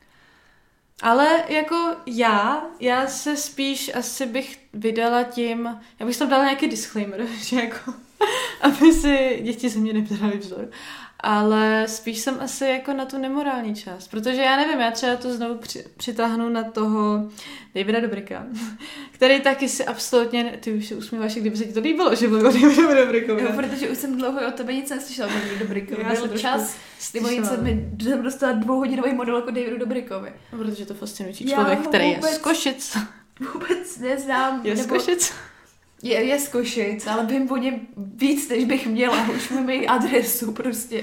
Ale jako já, já se spíš asi bych vydala tím, já bych tam dala nějaký disclaimer, že jako, aby si děti ze mě nebrali vzor. Ale spíš jsem asi jako na tu nemorální část, protože já nevím, já třeba to znovu při, přitáhnu na toho Davida Dobrika, který taky si absolutně, ty už se usmíváš, kdyby se ti to líbilo, že byl o Davidu Dobrikovi. Jo, protože už jsem dlouho o tebe nic neslyšela o Davidu Dobrikovi. Byl čas, kdy Mojice mi dostala dvouhodinový model jako Davidu Dobrikovi. No, protože to fascinující člověk, který vůbec, je z Košic. Vůbec neznám. Je z Košic? Je, je z Košic, ale vím o něm víc, než bych měla. Už mi mají adresu prostě.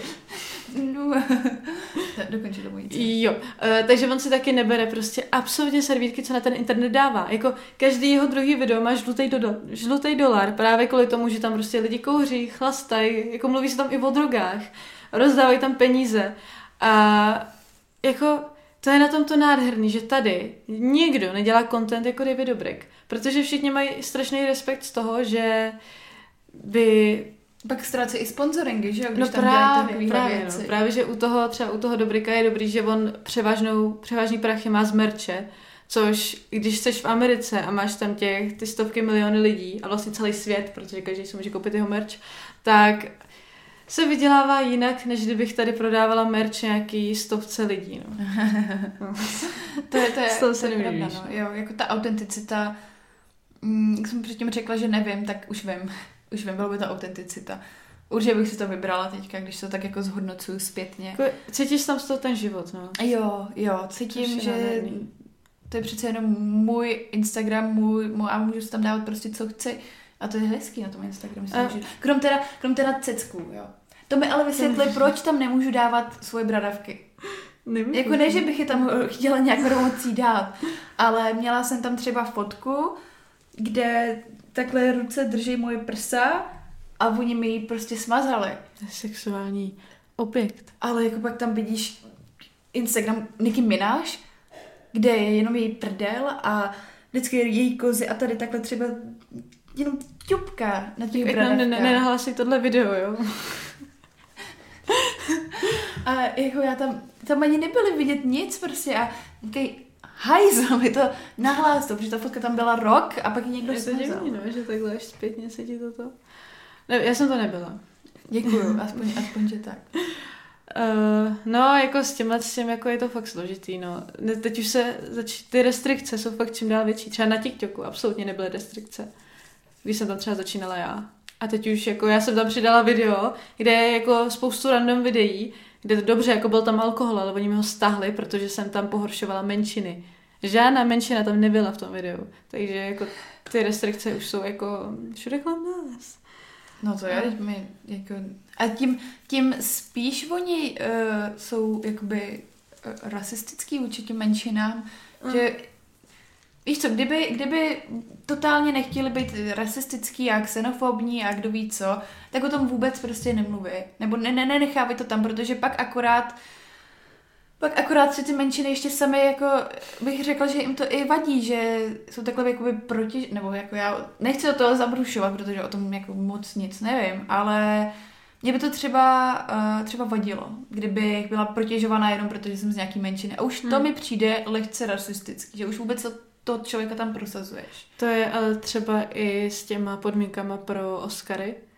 No. Dokončí to Mojice. Jo, uh, takže on si taky nebere prostě absolutně servítky, co na ten internet dává. Jako každý jeho druhý video má žlutý, do, žlutý dolar právě kvůli tomu, že tam prostě lidi kouří, chlastají, jako mluví se tam i o drogách, rozdávají tam peníze. A jako to je na tom to nádherný, že tady nikdo nedělá content jako David Dobrik, protože všichni mají strašný respekt z toho, že by... Pak ztrácí i sponsoringy, že jo, když no tam právě, dělají právě, věci. No, právě, že u toho, třeba u toho Dobrika je dobrý, že on převážnou, převážný prachy má z merče, což když jsi v Americe a máš tam těch ty stovky miliony lidí a vlastně celý svět, protože každý si může koupit jeho merch, tak se vydělává jinak, než kdybych tady prodávala merch nějaký stovce lidí. No. no. to je, to je, to to je pravda, no. Jo, jako ta autenticita, mm, jak jsem předtím řekla, že nevím, tak už vím. Už vím, byla by ta autenticita. Určitě bych si to vybrala teďka, když to tak jako zhodnocuju zpětně. Jako, cítíš tam z toho ten život, no? Jo, jo, cítím, že nádherný. To je přece jenom můj Instagram, můj, můj a můžu si tam dávat prostě co chci. A to je hezký na tom Instagramu. A... Krom teda, krom teda cecků, jo. To mi ale vysvětli, proč tam nemůžu dávat svoje bradavky. Nemůžu. Jako ne, že bych je tam chtěla nějak mocí dát, ale měla jsem tam třeba fotku, kde takhle ruce drží moje prsa a oni mi ji prostě smazali. Sexuální objekt. Ale jako pak tam vidíš Instagram Nicki Minaj, kde je jenom její prdel a vždycky její kozy a tady takhle třeba jenom ťupka na těch bradavkách. Ne, ne, nenahlásí tohle video, jo? A jako já tam, tam ani nebyly vidět nic prostě a nějaký hajzl mi to nahlásil, protože ta fotka tam byla rok a pak ji někdo smazal. Je to divný, no, že takhle až zpětně se ti toto... Ne, já jsem to nebyla. Děkuju, aspoň, aspoň že tak. Uh, no, jako s tímhle s tím, jako je to fakt složitý, no. Teď už se, zač- ty restrikce jsou fakt čím dál větší. Třeba na TikToku absolutně nebyly restrikce, když jsem tam třeba začínala já. A teď už, jako já jsem tam přidala video, kde je jako spoustu random videí, kde to dobře, jako byl tam alkohol, ale oni mi ho stáhli, protože jsem tam pohoršovala menšiny. Žádná menšina tam nebyla v tom videu. Takže jako ty restrikce už jsou jako všude kolem nás. No to je, my jako... A tím, tím spíš oni uh, jsou jakoby uh, rasistický vůči těm menšinám, mm. že víš co, kdyby, kdyby totálně nechtěli být rasistický a xenofobní a kdo ví co, tak o tom vůbec prostě nemluví. Nebo ne, ne, nenechávají to tam, protože pak akorát pak akorát si ty menšiny ještě sami, jako bych řekla, že jim to i vadí, že jsou takhle jakoby proti, nebo jako já nechci do toho zabrušovat, protože o tom jako moc nic nevím, ale mě by to třeba, uh, třeba vadilo, kdybych byla protěžovaná jenom protože jsem z nějaký menšiny. A už hmm. to mi přijde lehce rasistický, že už vůbec to člověka tam prosazuješ. To je ale třeba i s těma podmínkama pro Oscary,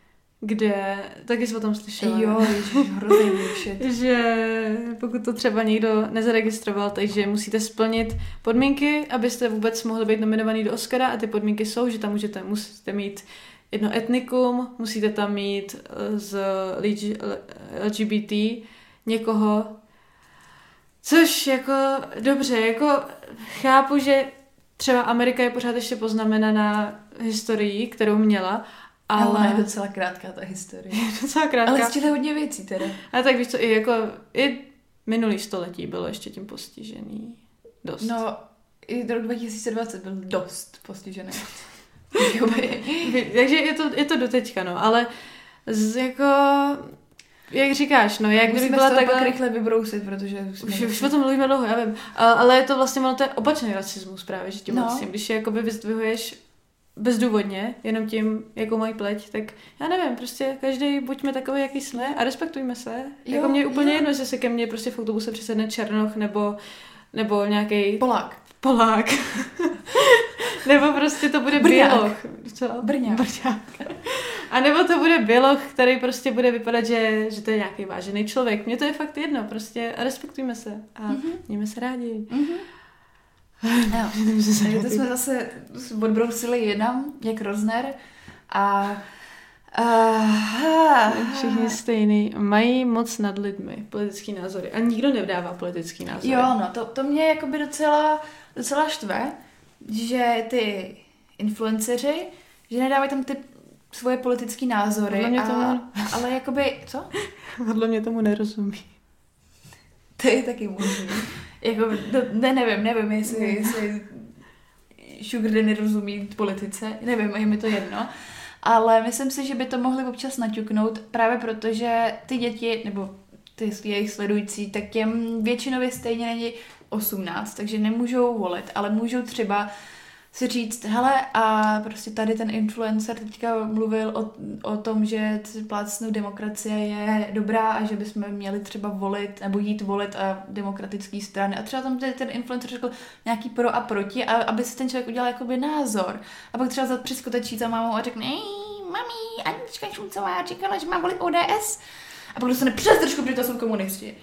kde, taky jsi o tom slyšela. Jo, ježiš, hrozný bullshit. Že pokud to třeba někdo nezaregistroval, takže musíte splnit podmínky, abyste vůbec mohli být nominovaný do Oscara a ty podmínky jsou, že tam můžete, musíte mít jedno etnikum, musíte tam mít z L G B T někoho, což jako dobře, jako chápu, že třeba Amerika je pořád ještě poznamenaná historií, kterou měla, ale... ale je docela krátká ta historie. Je docela krátká. Ale zčili hodně věcí teda. Ale tak víš co, i jako, i minulý století bylo ještě tím postižený. Dost. No, i rok dva tisíce dvacet byl dost postižený. Takže je to, je to doteďka, no, ale z, jako, jak říkáš, no, jak kdyby byla takhle... Musíme rychle vybrousit, protože... Už, už o tom mluvíme dlouho, já vím. Ale je to vlastně, ono to je opačný rasismus právě, že tím no. vlastně, když je jakoby vyzdvihuješ bezdůvodně, jenom tím, jakou mají pleť, tak já nevím, prostě každý buďme takový, jaký jsme a respektujme se. Jo, jako mě je úplně jo. jedno, že se ke mně prostě v autobuse přisedne Černoch nebo, nebo nějaký Polák. Polák. Nebo prostě to bude Brňák. běloch. Co? Brňák. Brňák. A nebo to bude běloch, který prostě bude vypadat, že, že to je nějaký vážený člověk. Mně to je fakt jedno, prostě respektujme se a mm-hmm. mějme se rádi. Mm-hmm. No, takže to jsme zase odbrousili jinam, jak Rozner a uh, všichni stejný, mají moc nad lidmi, politický názory. A nikdo nevdává politický názory. Jo, no, to, to mě jakoby docela, docela štve, že ty influenceři, že nedávají tam ty svoje politické názory, a, tomu... ale jakoby, co? Podle mě tomu nerozumí. To je taky možný. Jako, ne, nevím, nevím, jestli, jestli Sugar Daddy nerozumí politice, nevím, je mi to jedno, ale myslím si, že by to mohli občas naťuknout, právě protože ty děti, nebo ty jejich sledující, tak těm většinově stejně není osmnáct, takže nemůžou volit, ale můžou třeba si říct, hele, a prostě tady ten influencer teďka mluvil o, o tom, že plácnou demokracie je dobrá a že bychom měli třeba volit, nebo jít volit a demokratický strany. A třeba tam ten influencer řekl nějaký pro a proti, a aby si ten člověk udělal jakoby názor. A pak třeba přiskotečí za mámou a řekne, ej, mami, Anička Šulcová říkala, že má volit O D S. A pak dostane přes držku, protože to jsou komunisti.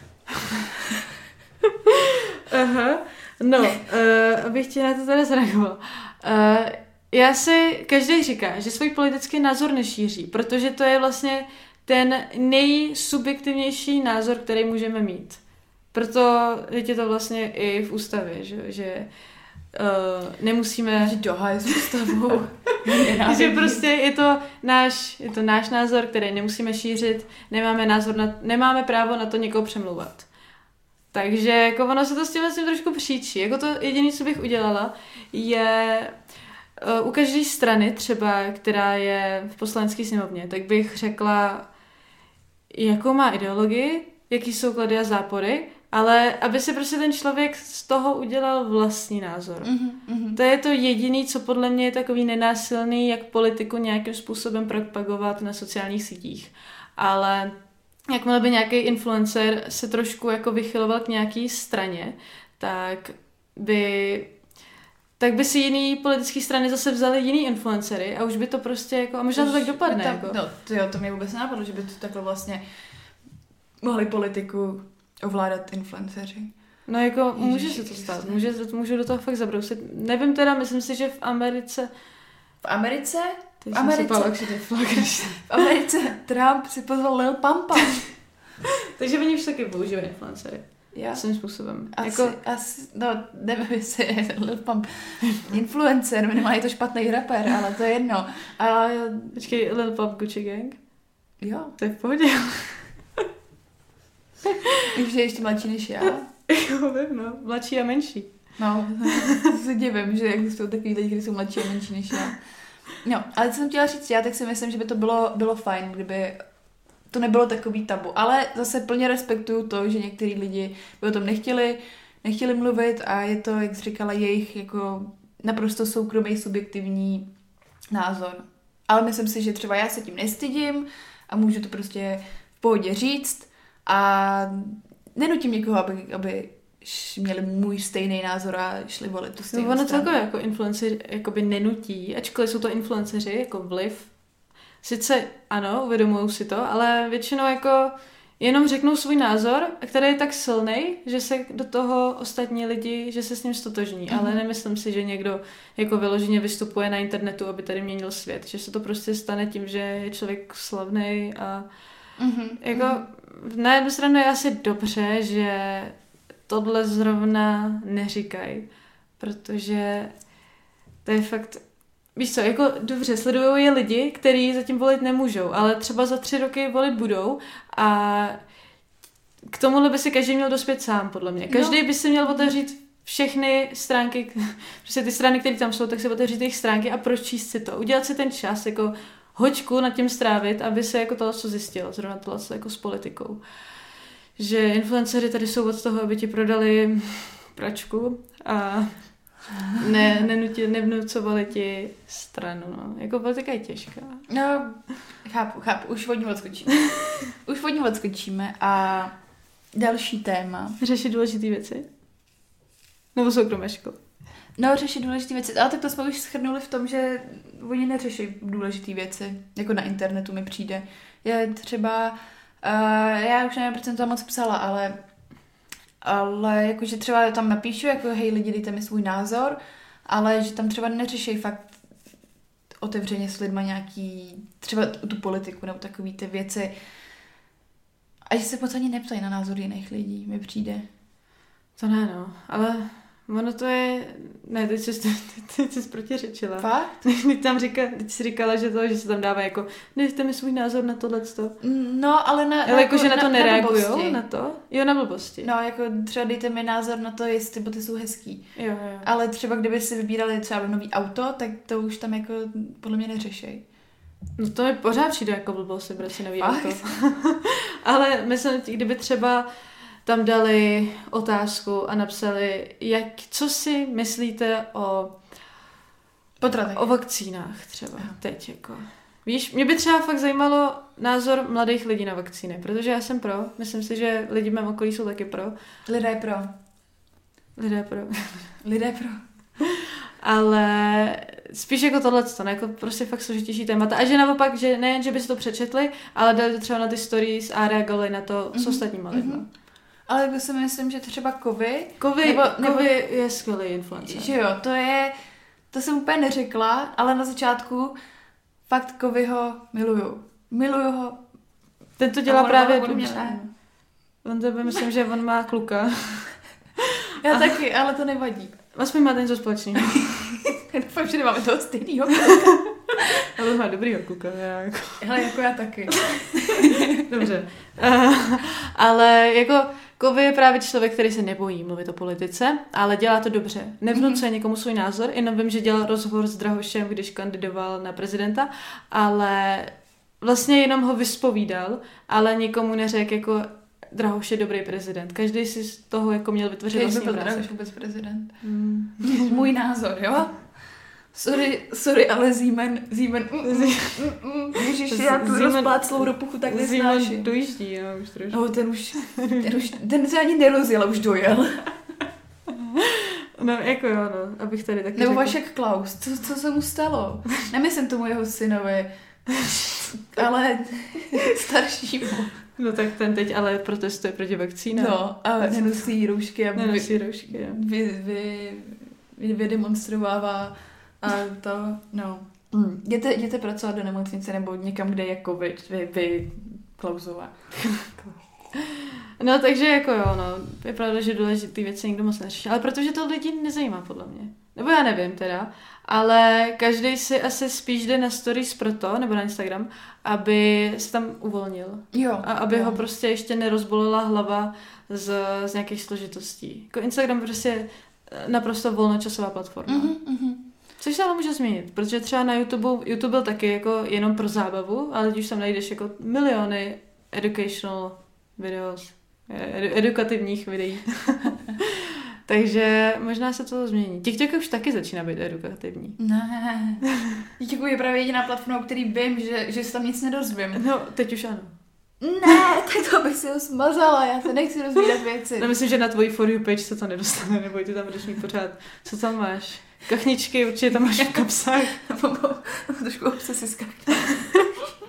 Aha. No, uh, abych ti na to teda zareagovala. Uh, já si, každý říká, že svůj politický názor nešíří, protože to je vlastně ten nejsubjektivnější názor, který můžeme mít. Proto je to vlastně i v ústavě, že, že uh, nemusíme... Že dohaj s ústavou. Že prostě je to, náš, je to náš názor, který nemusíme šířit, nemáme, názor na, nemáme právo na to někoho přemlouvat. Takže jako ono se to s tím vlastně trošku příčí. Jako to jediné, co bych udělala, je uh, u každé strany třeba, která je v poslanecké sněmovně, tak bych řekla, jakou má ideologii, jaký jsou klady a zápory, ale aby si prostě ten člověk z toho udělal vlastní názor. Mm-hmm. To je to jediné, co podle mě je takový nenásilný, jak politiku nějakým způsobem propagovat na sociálních sítích. Ale jakmile by nějaký influencer se trošku jako vychyloval k nějaký straně, tak by tak by si jiný politický strany zase vzali jiný influencery a už by to prostě jako, a možná to tak dopadne. Tam, jako. No, to jo, to mě vůbec nenapadlo, že by to takhle vlastně mohli politiku ovládat influenceři. No jako Ježiši, může se to stát, může, můžu do toho fakt zabrousit. Nevím teda, myslím si, že v Americe... V Americe? V Americe, v Americe Trump si pozval Lil Pumpa. Takže oni už taky používají influencery. Já. Svým způsobem. Asi, jako... asi, no nevím, jestli je Lil Pump influencer, minimálně je to špatný rapper, ale to je jedno. A... Počkej, Lil Pump Gucci Gang? Jo. To je v pohodě. Víš, že je ještě mladší než já? Jo, vím, no. Mladší a menší. No, se divím, že existují takový lidi, kteří jsou mladší a menší než já. No, ale co jsem chtěla říct já, tak si myslím, že by to bylo, bylo fajn, kdyby to nebylo takový tabu. Ale zase plně respektuju to, že některý lidi by o tom nechtěli, nechtěli mluvit a je to, jak jsi říkala, jejich jako naprosto soukromý, subjektivní názor. Ale myslím si, že třeba já se tím nestydím a můžu to prostě v pohodě říct a nenutím někoho, aby, aby měli můj stejný názor a šli volit tu stejnou no, ono stranu. celkově jako influenceři jakoby nenutí, ačkoliv jsou to influenceři, jako vliv, sice ano, uvědomují si to, ale většinou jako jenom řeknou svůj názor, který je tak silný, že se do toho ostatní lidi, že se s ním stotožní, mm. ale nemyslím si, že někdo jako vyloženě vystupuje na internetu, aby tady měnil svět, že se to prostě stane tím, že je člověk slavný a mm-hmm. jako mm-hmm. na jednu stranu je asi dobře, že tohle zrovna neříkají, protože to je fakt, víš co, jako dobře, sledují je lidi, kteří zatím volit nemůžou, ale třeba za tři roky volit budou a k tomuhle by si každý měl dospět sám, podle mě. Každý no. by si měl otevřít všechny stránky, prostě ty strany, které tam jsou, tak si otevřít jejich stránky a pročíst si to. Udělat si ten čas, jako hoďku nad tím strávit, aby se jako tohle co zjistilo, zrovna tohle co jako s politikou. Že influenceři tady jsou od toho, aby ti prodali pračku a ne, nenutili, nevnucovali ti stranu, no. Jako politika je těžká. No, chápu, chápu, už od ní odskočíme. Už od ní odskočíme a další téma. Řešit důležité věci? Nebo soukromé školy? No, řešit důležité věci, ale tak to jsme už shrnuli v tom, že oni neřeší důležité věci, jako na internetu mi přijde. Je třeba, uh, já už nevím, proč jsem to moc psala, ale ale jakože třeba tam napíšu, jako hej lidi, dejte mi svůj názor, ale že tam třeba neřeší fakt otevřeně s lidma nějaký, třeba tu politiku nebo takový ty věci. A že se moc ani neptají na názor jiných lidí, mi přijde. To ne, no, ale ono to je, ne, teď jsi, teď jsi protiřečila. Fakt? Teď tam říká, teď jsi říkala, že to, že se tam dává jako, dejte mi svůj názor na tohleto. No, ale na, ale jako, jako, že na to nereagujou, na, na to? Jo, na blbosti. No, jako třeba dejte mi názor na to, jestli boty jsou hezký. Jo, jo. Ale třeba kdyby si vybírali třeba nový auto, tak to už tam jako podle mě neřešej. No to mi pořád přijde jako blbost, vybrat si nový auto. Ale myslím, kdyby třeba tam dali otázku a napsali, jak, co si myslíte o potratech, o vakcínách třeba no. teď jako. Víš, mě by třeba fakt zajímalo názor mladých lidí na vakcíny, protože já jsem pro, myslím si, že lidi v mém okolí jsou taky pro. Lidé pro. Lidé pro. Lidé pro. Ale spíš jako tohleto, ne? Jako prostě fakt složitější témata. A že naopak, že nejen, že by si to přečetli, ale dali to třeba na ty stories a reagovali na to mm-hmm. s ostatníma lidma. Mm-hmm. Ale jako si myslím, že třeba Kovy... Kovy, nebo, nebo, Kovy je skvělý influencer. Že jo, to je... To jsem úplně neřekla, ale na začátku fakt Kovyho miluju. Miluju ho. Ten to dělá právě dobře. On tebe myslím, že on má kluka. Já a... taky, ale to nevadí. Aspoň máte něco společného. Doufám, že nemáme toho stejného. Ale má dobrýho kluka. Já jako... Ale jako já taky. Dobře. Uh, ale jako Kovy je právě člověk, který se nebojí mluvit o politice, ale dělá to dobře. Nevnucuje mm-hmm. někomu svůj názor, jenom vím, že dělal rozhovor s Drahošem, když kandidoval na prezidenta, ale vlastně jenom ho vyspovídal, ale nikomu neřekl jako Drahoš je dobrý prezident. Každý si z toho jako měl vytvořit vlastní obrázek. Drahoš vůbec prezident. Mm. Můj názor, jo? Sorry, sorry, ale Zímen, Zímen, mm, mm, mm, ježiš, já tu rozpláclou ropuchu tak nesnáším. Zímen dojíždí, no, už trošku. No, ten už, ten už, ten se ani nerozjel, ale už dojel. No, jako jo, no, abych tady taky Nebo řekla. Vašek Klaus, co, co se mu stalo? Nemyslím tomu jeho synovi, ale staršímu. No tak ten teď ale protestuje proti vakcínám. No, a nenosí roušky a nenosí roušky, jo. Vy, vy, vy, vydemonstrovává a to, no. Mm. Jděte, jděte pracovat do nemocnice nebo někam, kde je covid, vy, vy Klausová. No takže jako jo, no, je pravda, že důležitý věci nikdo moc neřeší, ale protože to lidi nezajímá podle mě. Nebo já nevím teda, ale každý si asi spíš jde na stories proto, nebo na Instagram, aby se tam uvolnil. Jo. A aby jo. ho prostě ještě nerozbolila hlava z, z nějakých složitostí. Jako Instagram prostě je naprosto volnočasová platforma. Mm-hmm. Což se ale může změnit, protože třeba na YouTube, YouTube byl taky jako jenom pro zábavu, ale teď už tam najdeš jako miliony educational videos, edu, edukativních videí. Takže možná se to změní. TikTok už taky začíná být edukativní. Ne. TikTok je právě jediná platforma, o který vím, že, že se tam nic nedozvím. No, teď už ano. Ne, tak to bych si ho smazala, já se nechci rozvídat věci. No myslím, že na tvojí For You page se to nedostane, nebo ty tam budeš mít pořád. Co tam máš? Kachničky určitě tam máš v kapsách. Nebo trošku obsesy s kachničky.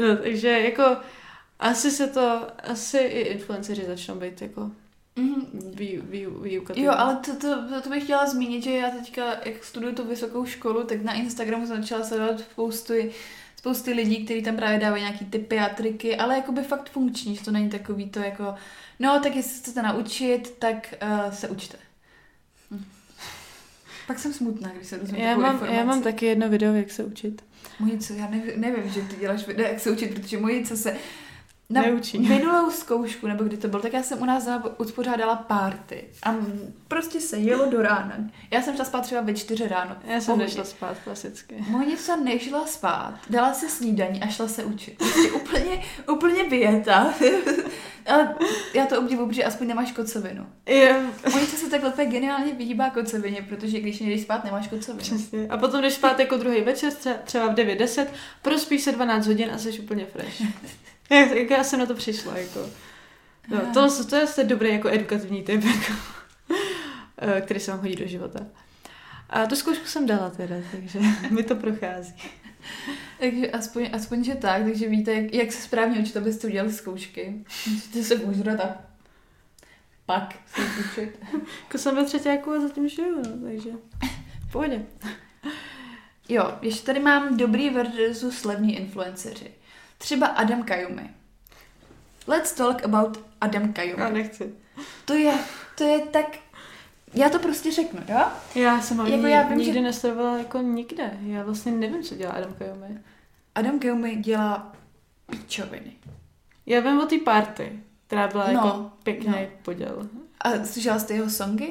No, takže jako asi se to, asi i influenceři začnou být jako Mm. vý, vý, výuka. Jo, ale to, to, to bych chtěla zmínit, že já teďka, jak studuju tu vysokou školu, tak na Instagramu jsem začala sledovat spousty, spousty lidí, kteří tam právě dávají nějaký tipy a triky, ale jakoby fakt funkční, že to není takový to jako, no tak jestli chcete naučit, tak uh, se učte. Hm. Pak jsem smutná, když se dozvím já mám, já mám taky jedno video, jak se učit. Mojico, já nevím, nevím, že ty děláš video, jak se učit, protože Mojico se na Neučí. minulou zkoušku, nebo kdy to bylo, tak já jsem u nás uspořádala party a prostě se jelo do rána. Já jsem šla spát třeba ve čtyři ráno. Já jsem nešla spát klasicky. Mojica nešla spát, dala si snídaní a šla se učit. Prostě úplně, úplně věta. Ale já to obdivuji, protože aspoň nemáš kocovinu. Yeah. Mojica se takhle úplně geniálně vyhýbá kocovině, protože když nejdeš spát, nemáš kocovinu. Přesně. A potom jdeš spát jako druhý večer, třeba v devět deset, prospíš se dvanáct hodin a jsi úplně fresh. Jak, jak já jsem na to přišla, jako. No, to, to je to dobrý jako edukativní tip, jako, který se vám hodí do života. A tu zkoušku jsem dala teda, takže mi to prochází. Takže aspoň, aspoň, že tak, takže víte, jak, jak se správně učit, abyste udělali zkoušky. Musíte se požrat a pak se učit. Jako jsem ve třetíku a zatím žiju, no, takže v pohodě. Jo, ještě tady mám dobrý versus levní influenceři. Třeba Adam Kayumi. Let's talk about Adam Kayumi. Já nechci. To je, to je tak... Já to prostě řeknu, jo? Já jsem ho jako ní, já vím, nikdy že... nesledovala jako nikde. Já vlastně nevím, co dělá Adam Kayumi. Adam Kayumi dělá píčoviny. Já vím o té party, která byla no, jako pěkný no. poděl. A slyšela jste jeho songy?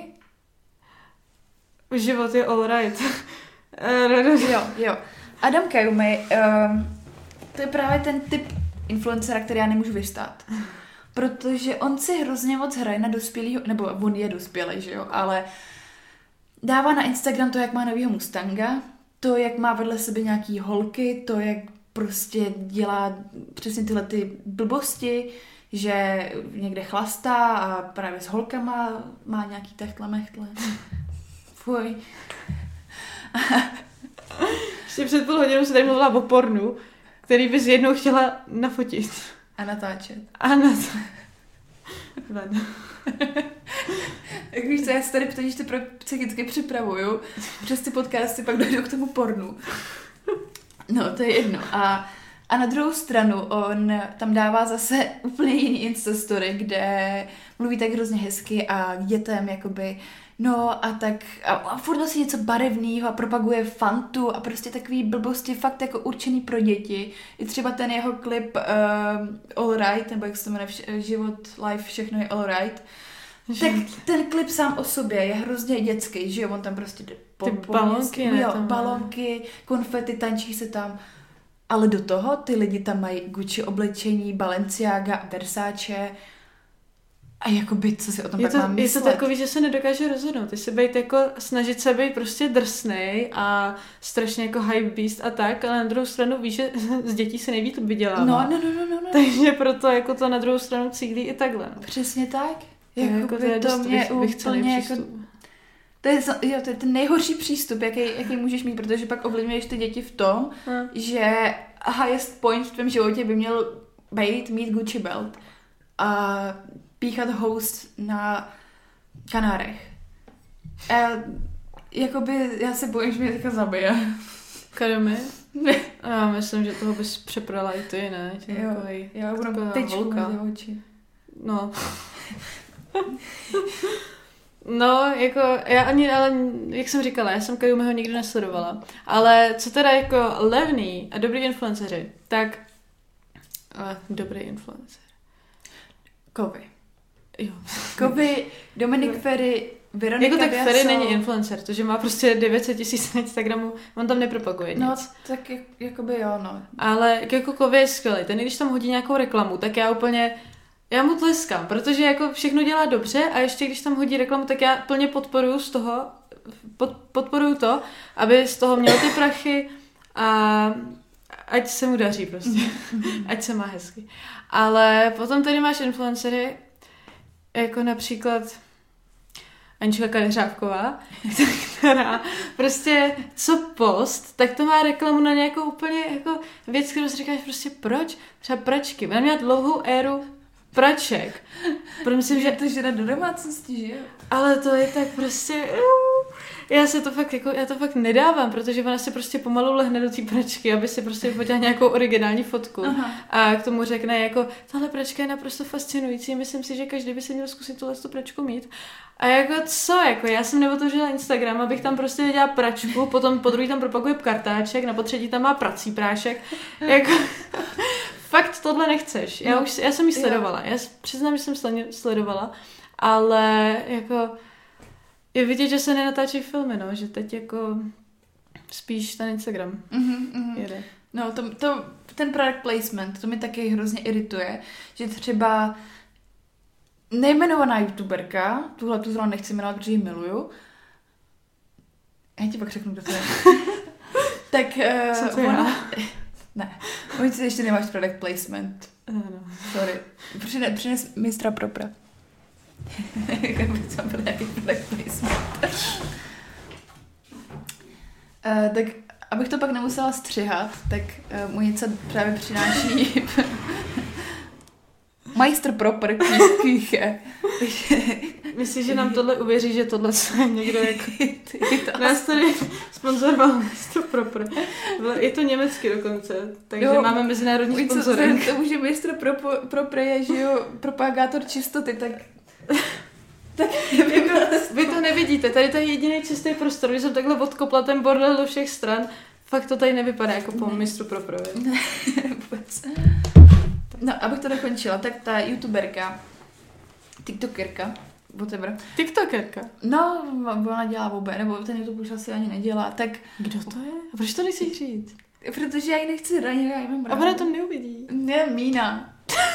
Život je all right. jo, jo. Adam Kayumi... Um, to je právě ten typ influencera, který já nemůžu vystát. Protože on si hrozně moc hraje na dospělýho, nebo on je dospělý, že jo, ale dává na Instagram to, jak má novýho Mustanga, to, jak má vedle sebe nějaký holky, to, jak prostě dělá přesně tyhle ty blbosti, že někde chlastá a právě s holkama má nějaký techtle mechtle. Fuj. Ještě před půl hodinou se tady mluvila o pornu, který bys jednou chtěla nafotit. A natáčet. A natáčet. Jak víš co, já se tady protože pro psychicky připravuju, přes ty podcasty pak dojdu k tomu pornu. No, to je jedno. A, a na druhou stranu on tam dává zase úplně jiný Instastory, kde mluví tak hrozně hezky a k dětem jakoby no a tak a, a furt nosí něco barevného a propaguje fantu a prostě takový blbosti fakt jako určený pro děti. I třeba ten jeho klip uh, All Right, nebo jak se to jmenuje, život, life, všechno je all right. Tak ten klip sám o sobě je hrozně dětský, že jo, on tam prostě jde po, ty po balonky, městě, jo, balonky, konfety, tančí se tam. Ale do toho ty lidi tam mají Gucci oblečení, Balenciaga, Versace. A jakoby, co si o tom je tak to, mám myslet? Je to takový, že se nedokáže rozhodnout. Ty se být jako, snažit se být prostě drsnej a strašně jako hype beast a tak, ale na druhou stranu víš, že z dětí se nejvíc vydělává. No, no, no, no, no. Takže proto jako to na druhou stranu cílí i takhle. No. Přesně tak. Jako, jako to, je to mě úplně jako... To je, jo, to je ten nejhorší přístup, jaký, jaký můžeš mít, protože pak ovlivňuješ ty děti v tom, hmm. že highest point v tvém životě by měl být mít Gucci belt a píchat host na Kanárech. A jakoby, já se bojím, že mě teďka zabije. Kayumi? Já myslím, že toho bys přeprala i ty, ne? Tě jo, takový, já budu tečku mezi oči. No. No, jako, já ani, ale jak jsem říkala, já jsem Kayumiho nikdy nesledovala. Ale co teda jako levný a dobrý influenceři, tak uh, dobrý influencer. Kovy. Jo. Kovy, Dominik Ferry, Veronika Jako tak Biaso. Ferry není influencer, to, že má prostě devět set tisíc na Instagramu, on tam nepropaguje nic. No, tak jak, jakoby jo, no. Ale jako Kovy je skvělý, ten když tam hodí nějakou reklamu, tak já úplně, já mu tleskám, protože jako všechno dělá dobře a ještě když tam hodí reklamu, tak já plně podporuju z toho, pod, podporuju to, aby z toho měl ty prachy a ať se mu daří prostě, ať se má hezky. Ale potom tady máš influencery, jako například, Anička Kadeřávková, která prostě co post, tak to má reklamu na nějakou úplně jako věc, kterou si říkáš prostě proč? Třeba pračky. Ona měla dlouhou éru praček. Protože myslím, že... to žena do domácnosti, že jo? Ale to je tak prostě... Já se to fakt jako, já to fakt nedávám, protože ona si prostě pomalu lehne do té pračky, aby si prostě vyfotila nějakou originální fotku. Aha. A k tomu řekne jako, tahle pračka je naprosto fascinující, myslím si, že každý by se měl zkusit tuhle tu pračku mít. A jako co, jako já jsem neotevřela Instagram, abych tam prostě viděla pračku, potom po druhý tam propaguje kartáček, na potřetí tam má prací prášek. Jako, fakt tohle nechceš. Já, už, já jsem ji sledovala, já přiznám, že jsem sledovala, ale jako... Je vidět, že se nenatáčí filmy, no, že teď jako spíš ten Instagram mm-hmm, mm-hmm. jede. No, to, to, ten product placement, to mi taky hrozně irituje, že třeba nejmenovaná youtuberka, tuhle tu zrovna nechci jmenovat, protože ji miluju, já ti pak řeknu, kdo to je. Tak uh, ona... Ne, oni si ještě nemáš product placement. No. Sorry. Přines, přines mistra propra. Co byl nějaký product placement. uh, tak abych to pak nemusela střihat, tak uh, Monica právě přináší majstr propr kýche. Myslíš, že nám tohle uvěří, že tohle je někdo jako... Nás tady sponzoroval majstr propr. Je to německy dokonce, takže jo, máme mezinárodní sponzoring. To už je majstr propr je, že jo, propagátor čistoty, tak... tak jako, vy to nevidíte, tady to je jediný čistý prostor, když jsem takhle odkopla ten bordel do všech stran, fakt to tady nevypadá jako po mistru propravě. Ne, vůbec. No, abych to dokončila, tak ta youtuberka, tiktokerka, whatever. Tiktokerka? No, ona dělá vůbec, nebo ten YouTube už asi ani nedělá, tak... Kdo to je? A proč to nechci říct? Protože já ji nechci ranit, já ji mám rád. A ona to neuvidí. Ne, Mína.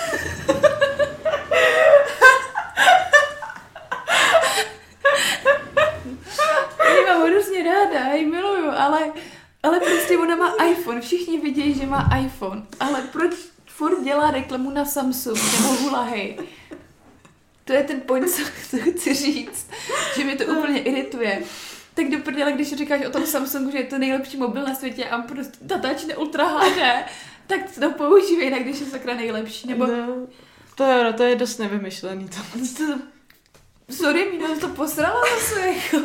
Já mám hrozně ráda, já ji miluju, ale, ale prostě ona má iPhone, všichni vidí, že má iPhone, ale proč furt dělá reklamu na Samsung nebo Huawei? To je ten point, co chci říct, že mě to úplně irituje. Tak do prdele, když říkáš o tom Samsungu, že je to nejlepší mobil na světě a prostě natáčí na Ultra H D, tak to používej jinak, když je sakra nejlepší. Nebo... No, to je, to je dost nevymyšlený. To. Sorry, Mína, to posrala zase, jako.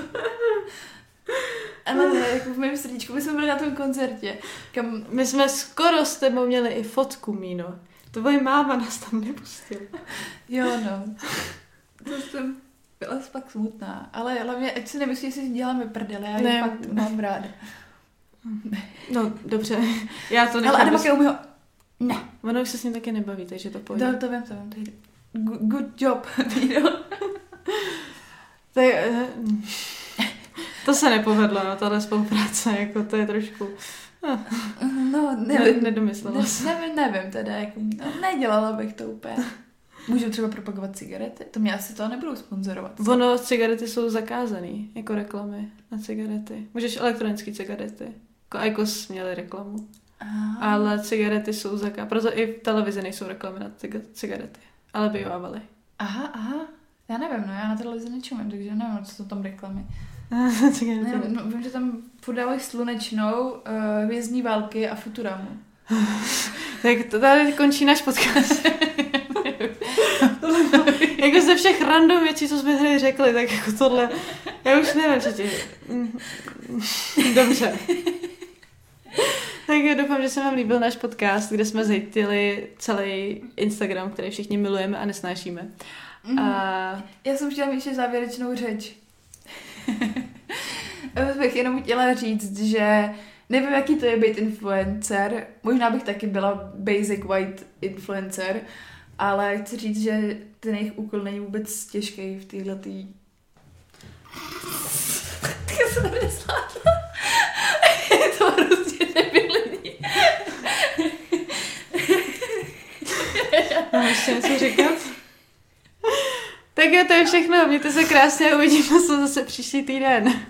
Ale ne, jako v mém srdíčku, my jsme byli na tom koncertě. Kam... My jsme skoro s tebou měli i fotku, Míno. Tvoje máma nás tam nepustila. Jo, no. To jsem byla fakt smutná. Ale hlavně, ať si nemyslí, že si děláme prdele, já ji fakt mám ráda. No, dobře. Já to nechám. Ale Adama Keumiho... Ne. Ono už se s ním taky nebaví, takže to pojde. To, to vím, to vím. To jde. Good job, Míno. Tak, to se nepovedlo, no, tahle spolupráce, jako to je trošku... No, nevím. Ne, nedomyslela ne, se. Nevím, nevím teda, jako, no, nedělala bych to úplně. Můžu třeba propagovat cigarety? To mě asi to nebudou sponzorovat. Co? Ono, cigarety jsou zakázaný, jako reklamy na cigarety. Můžeš elektronické cigarety. Jako IQOS měli reklamu. Aha. Ale cigarety jsou zakázané. Proto i v televizi nejsou reklamy na cigarety. Ale bioavaly. Aha, aha. Já nevím, no já na televizi nečumím, takže nevím, co to tam reklamy. Ne, no, vím, že tam podávají Slunečnou, uh, Hvězdní války a Futuramu. Tak to tady končí náš podcast. Jako ze všech random věcí, co jsme tady řekli, tak jako tohle, já už nevím, co ti... Dobře. Tak doufám, že se vám líbil náš podcast, kde jsme zhejtili celý Instagram, který všichni milujeme a nesnášíme. Mm. A... Já jsem chtěla mít ještě závěrečnou řeč. Já bych jenom chtěla říct, že nevím, jaký to je být influencer. Možná bych taky byla basic white influencer, ale chci říct, že ten jejich úkol není vůbec těžký v téhletý... Já jsem to nezvládla. Je to hrozně debilní. Mám ještě něco říkat? Tak jo, to je všechno. Mějte se krásně a uvidíme se zase příští týden.